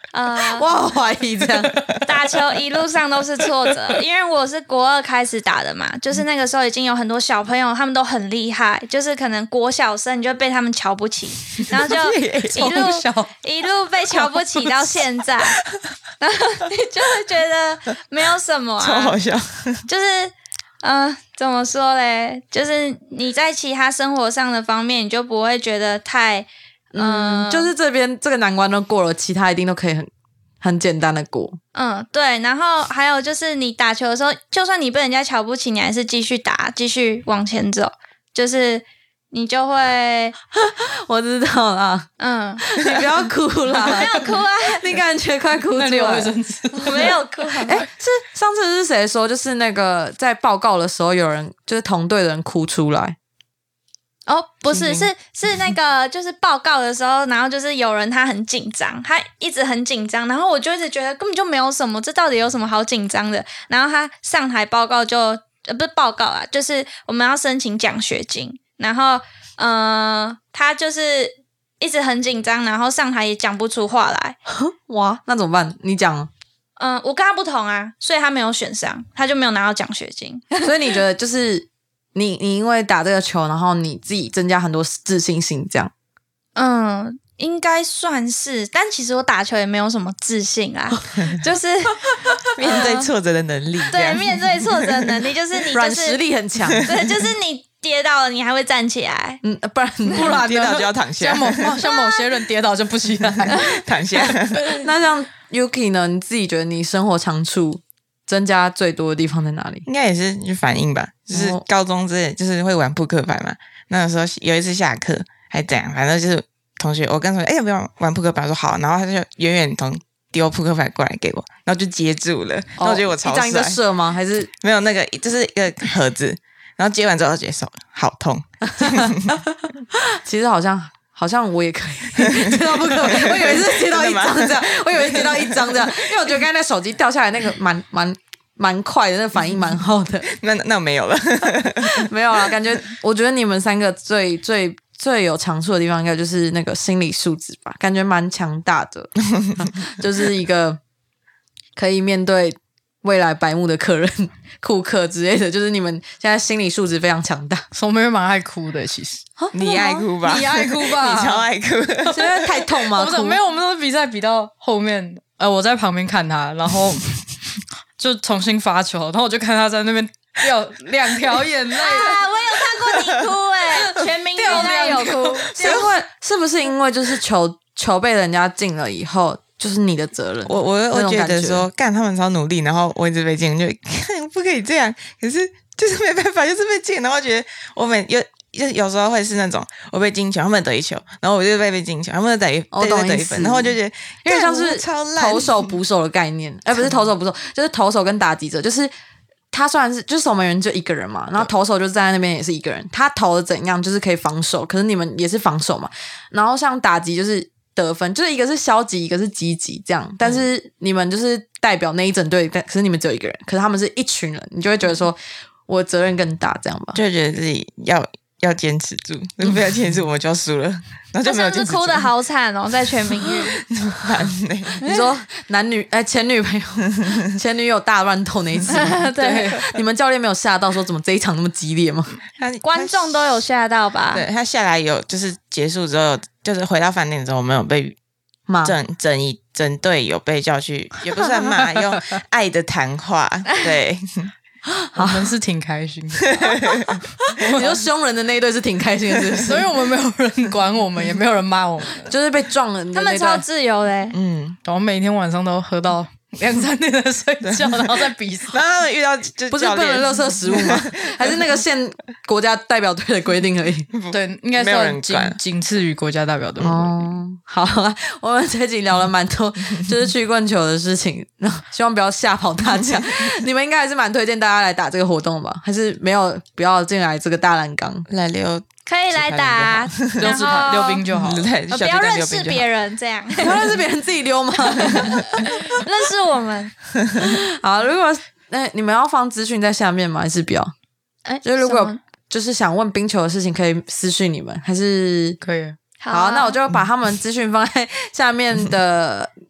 呃， 我好怀疑这样。 打球一路上都是挫折，因为我是国二开始打的嘛，就是那个时候已经有很多小朋友，他们都很厉害，就是可能国小生你就被他们瞧不起，然后就一路一路被瞧不起到现在，然后你就会觉得没有什么啊， 超好笑。 就是嗯、呃，怎么说嘞？就是你在其他生活上的方面，你就不会觉得太嗯，就是这边这个难关都过了，其他一定都可以很很简单的过。 嗯，对。然后还有就是你打球的时候，就算你被人家瞧不起，你还是继续打，继续往前走，就是你就会， 我知道啦， 嗯， 你不要哭啦， 没有哭啊， 你感觉快哭出来了。 我没有哭。 哎，是上次是谁说，就是那个在报告的时候，有人就是同队的人哭出来。 哦，不是，是是那个，就是报告的时候，然后就是有人他很紧张，他一直很紧张，然后我就一直觉得根本就没有什么，这到底有什么好紧张的？然后他上台报告就呃不是报告啊，就是我们要申请奖学金，然后呃他就是一直很紧张，然后上台也讲不出话来。 哇，那怎么办？你讲。 嗯、呃，我跟他不同啊，所以他没有选上，他就没有拿到奖学金。 所以你觉得就是你你因为打这个球，然后你自己增加很多自信心，这样？ 嗯，应该算是，但其实我打球也没有什么自信啊，就是面对挫折的能力， 对，面对挫折的能力，就是你、就是、 软实力很强， 对，就是你跌倒了，你还会站起来， 嗯，不然不然跌倒就要躺下， 像某像某些人跌倒就不起来， 躺下。 那像 Yuki 呢？你自己觉得你生活长处增加最多的地方在哪里？ 应该也是就反应吧，就是高中之类，就是会玩扑克牌嘛。那个时候有一次下课还怎样，反正就是同学，我跟同学，哎、欸，要不要玩扑克牌？我说好，然后他就远远从丢扑克牌过来给我，然后就接住了。然后我觉得我超帅。 一张一个射吗？还是没有那个，就是一个盒子。然后接完之后，觉得手好痛。 其实好像好像我也可以接到扑克牌，我以为是接到一张这样，我以为是接到一张这样，因为我觉得刚才那手机掉下来那个蛮蛮蛮快的，那个反应蛮好的。 那那我没有了， 没有了。感觉我觉得你们三个最最最有长处的地方，应该就是那个心理素质吧，感觉蛮强大的，就是一个可以面对未来白目的客人、顾客之类的，就是你们现在心理素质非常强大。 我妹妹蛮爱哭的，其实你爱哭吧？ 你爱哭吧？ 你超爱哭， 是因为太痛吗？ 我没有，我们都比赛比到后面，呃，我在旁边看她，然后就重新发球，然后我就看她在那边掉两条眼泪。 啊，我有看过你哭哎、欸，全民都有哭， 是因为是不是因为就是球球被人家进了以后？就是你的责任， 我我我觉得说干他们超努力，然后我一直被禁，就看不可以这样，可是就是没办法，就是被禁，然后觉得我每有就有时候会是那种我被进球，他们得一球，然后我就被被进球，他们得一我懂得一分，然后我就觉得因为像是超烂投手捕手的概念，哎、欸，不是投手捕手，就是投手跟打击者，就是他虽然是就是守门员就一个人嘛，然后投手就站在那边也是一个人，他投的怎样就是可以防守，可是你们也是防守嘛，然后像打击就是得分，就是一个是消极，一个是积极，这样。但是你们就是代表那一整队，但可是你们只有一个人，可是他们是一群人，你就会觉得说，我责任更大，这样吧？ 就会觉得自己要要坚持住，如果不要坚持住，我们就要输了，然后就没有坚持住。 他上次哭的好惨哦，在全民运。 你说男女哎前女朋友前女友大乱斗那一次对， 你们教练没有吓到说怎么这一场那么激烈吗？ 观众都有吓到吧？ 对，他下来有就是结束之后，就是回到饭店之后，我们有被骂整整一整队有被叫去，也不算骂，用爱的谈话，对。 我们是挺开心的， 你说凶人的那一队是挺开心的，是不是？ 所以我们没有人管我们，也没有人骂我们， 就是被撞了。 他们超自由的、欸， 嗯， 我每天晚上都喝到两三点的睡觉，然后再比赛。 然后遇到就不是不能垃圾食物吗？还是那个县国家代表队的规定而已？ 对，应该是仅仅次于国家代表队。 哦，好啊，我们这集聊了蛮多，就是曲棍球的事情，希望不要吓跑大家。你们应该还是蛮推荐大家来打这个活动吧？还是没有不要进来这个大蓝缸来溜？ 可以来打， 溜直排溜冰就好了， 对， 不要认识别人，这样不要认识别人自己溜吗？ 认识我们。 好，如果那你们要放资讯在下面吗？还是不要？ 哎， 就如果就是想问冰球的事情，可以私讯你们，还是可以？ 好，好啊、那我就把他们资讯放在下面的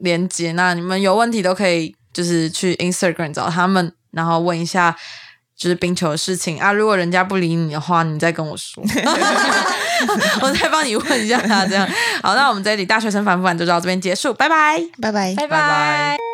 连结，那你们有问题都可以就是去 Instagram 找他们，然后问一下就是冰球的事情啊。如果人家不理你的话，你再跟我说，我再帮你问一下他这样。好，那我们这里大学生反复反就到这边结束，拜拜， 拜拜， 拜拜拜。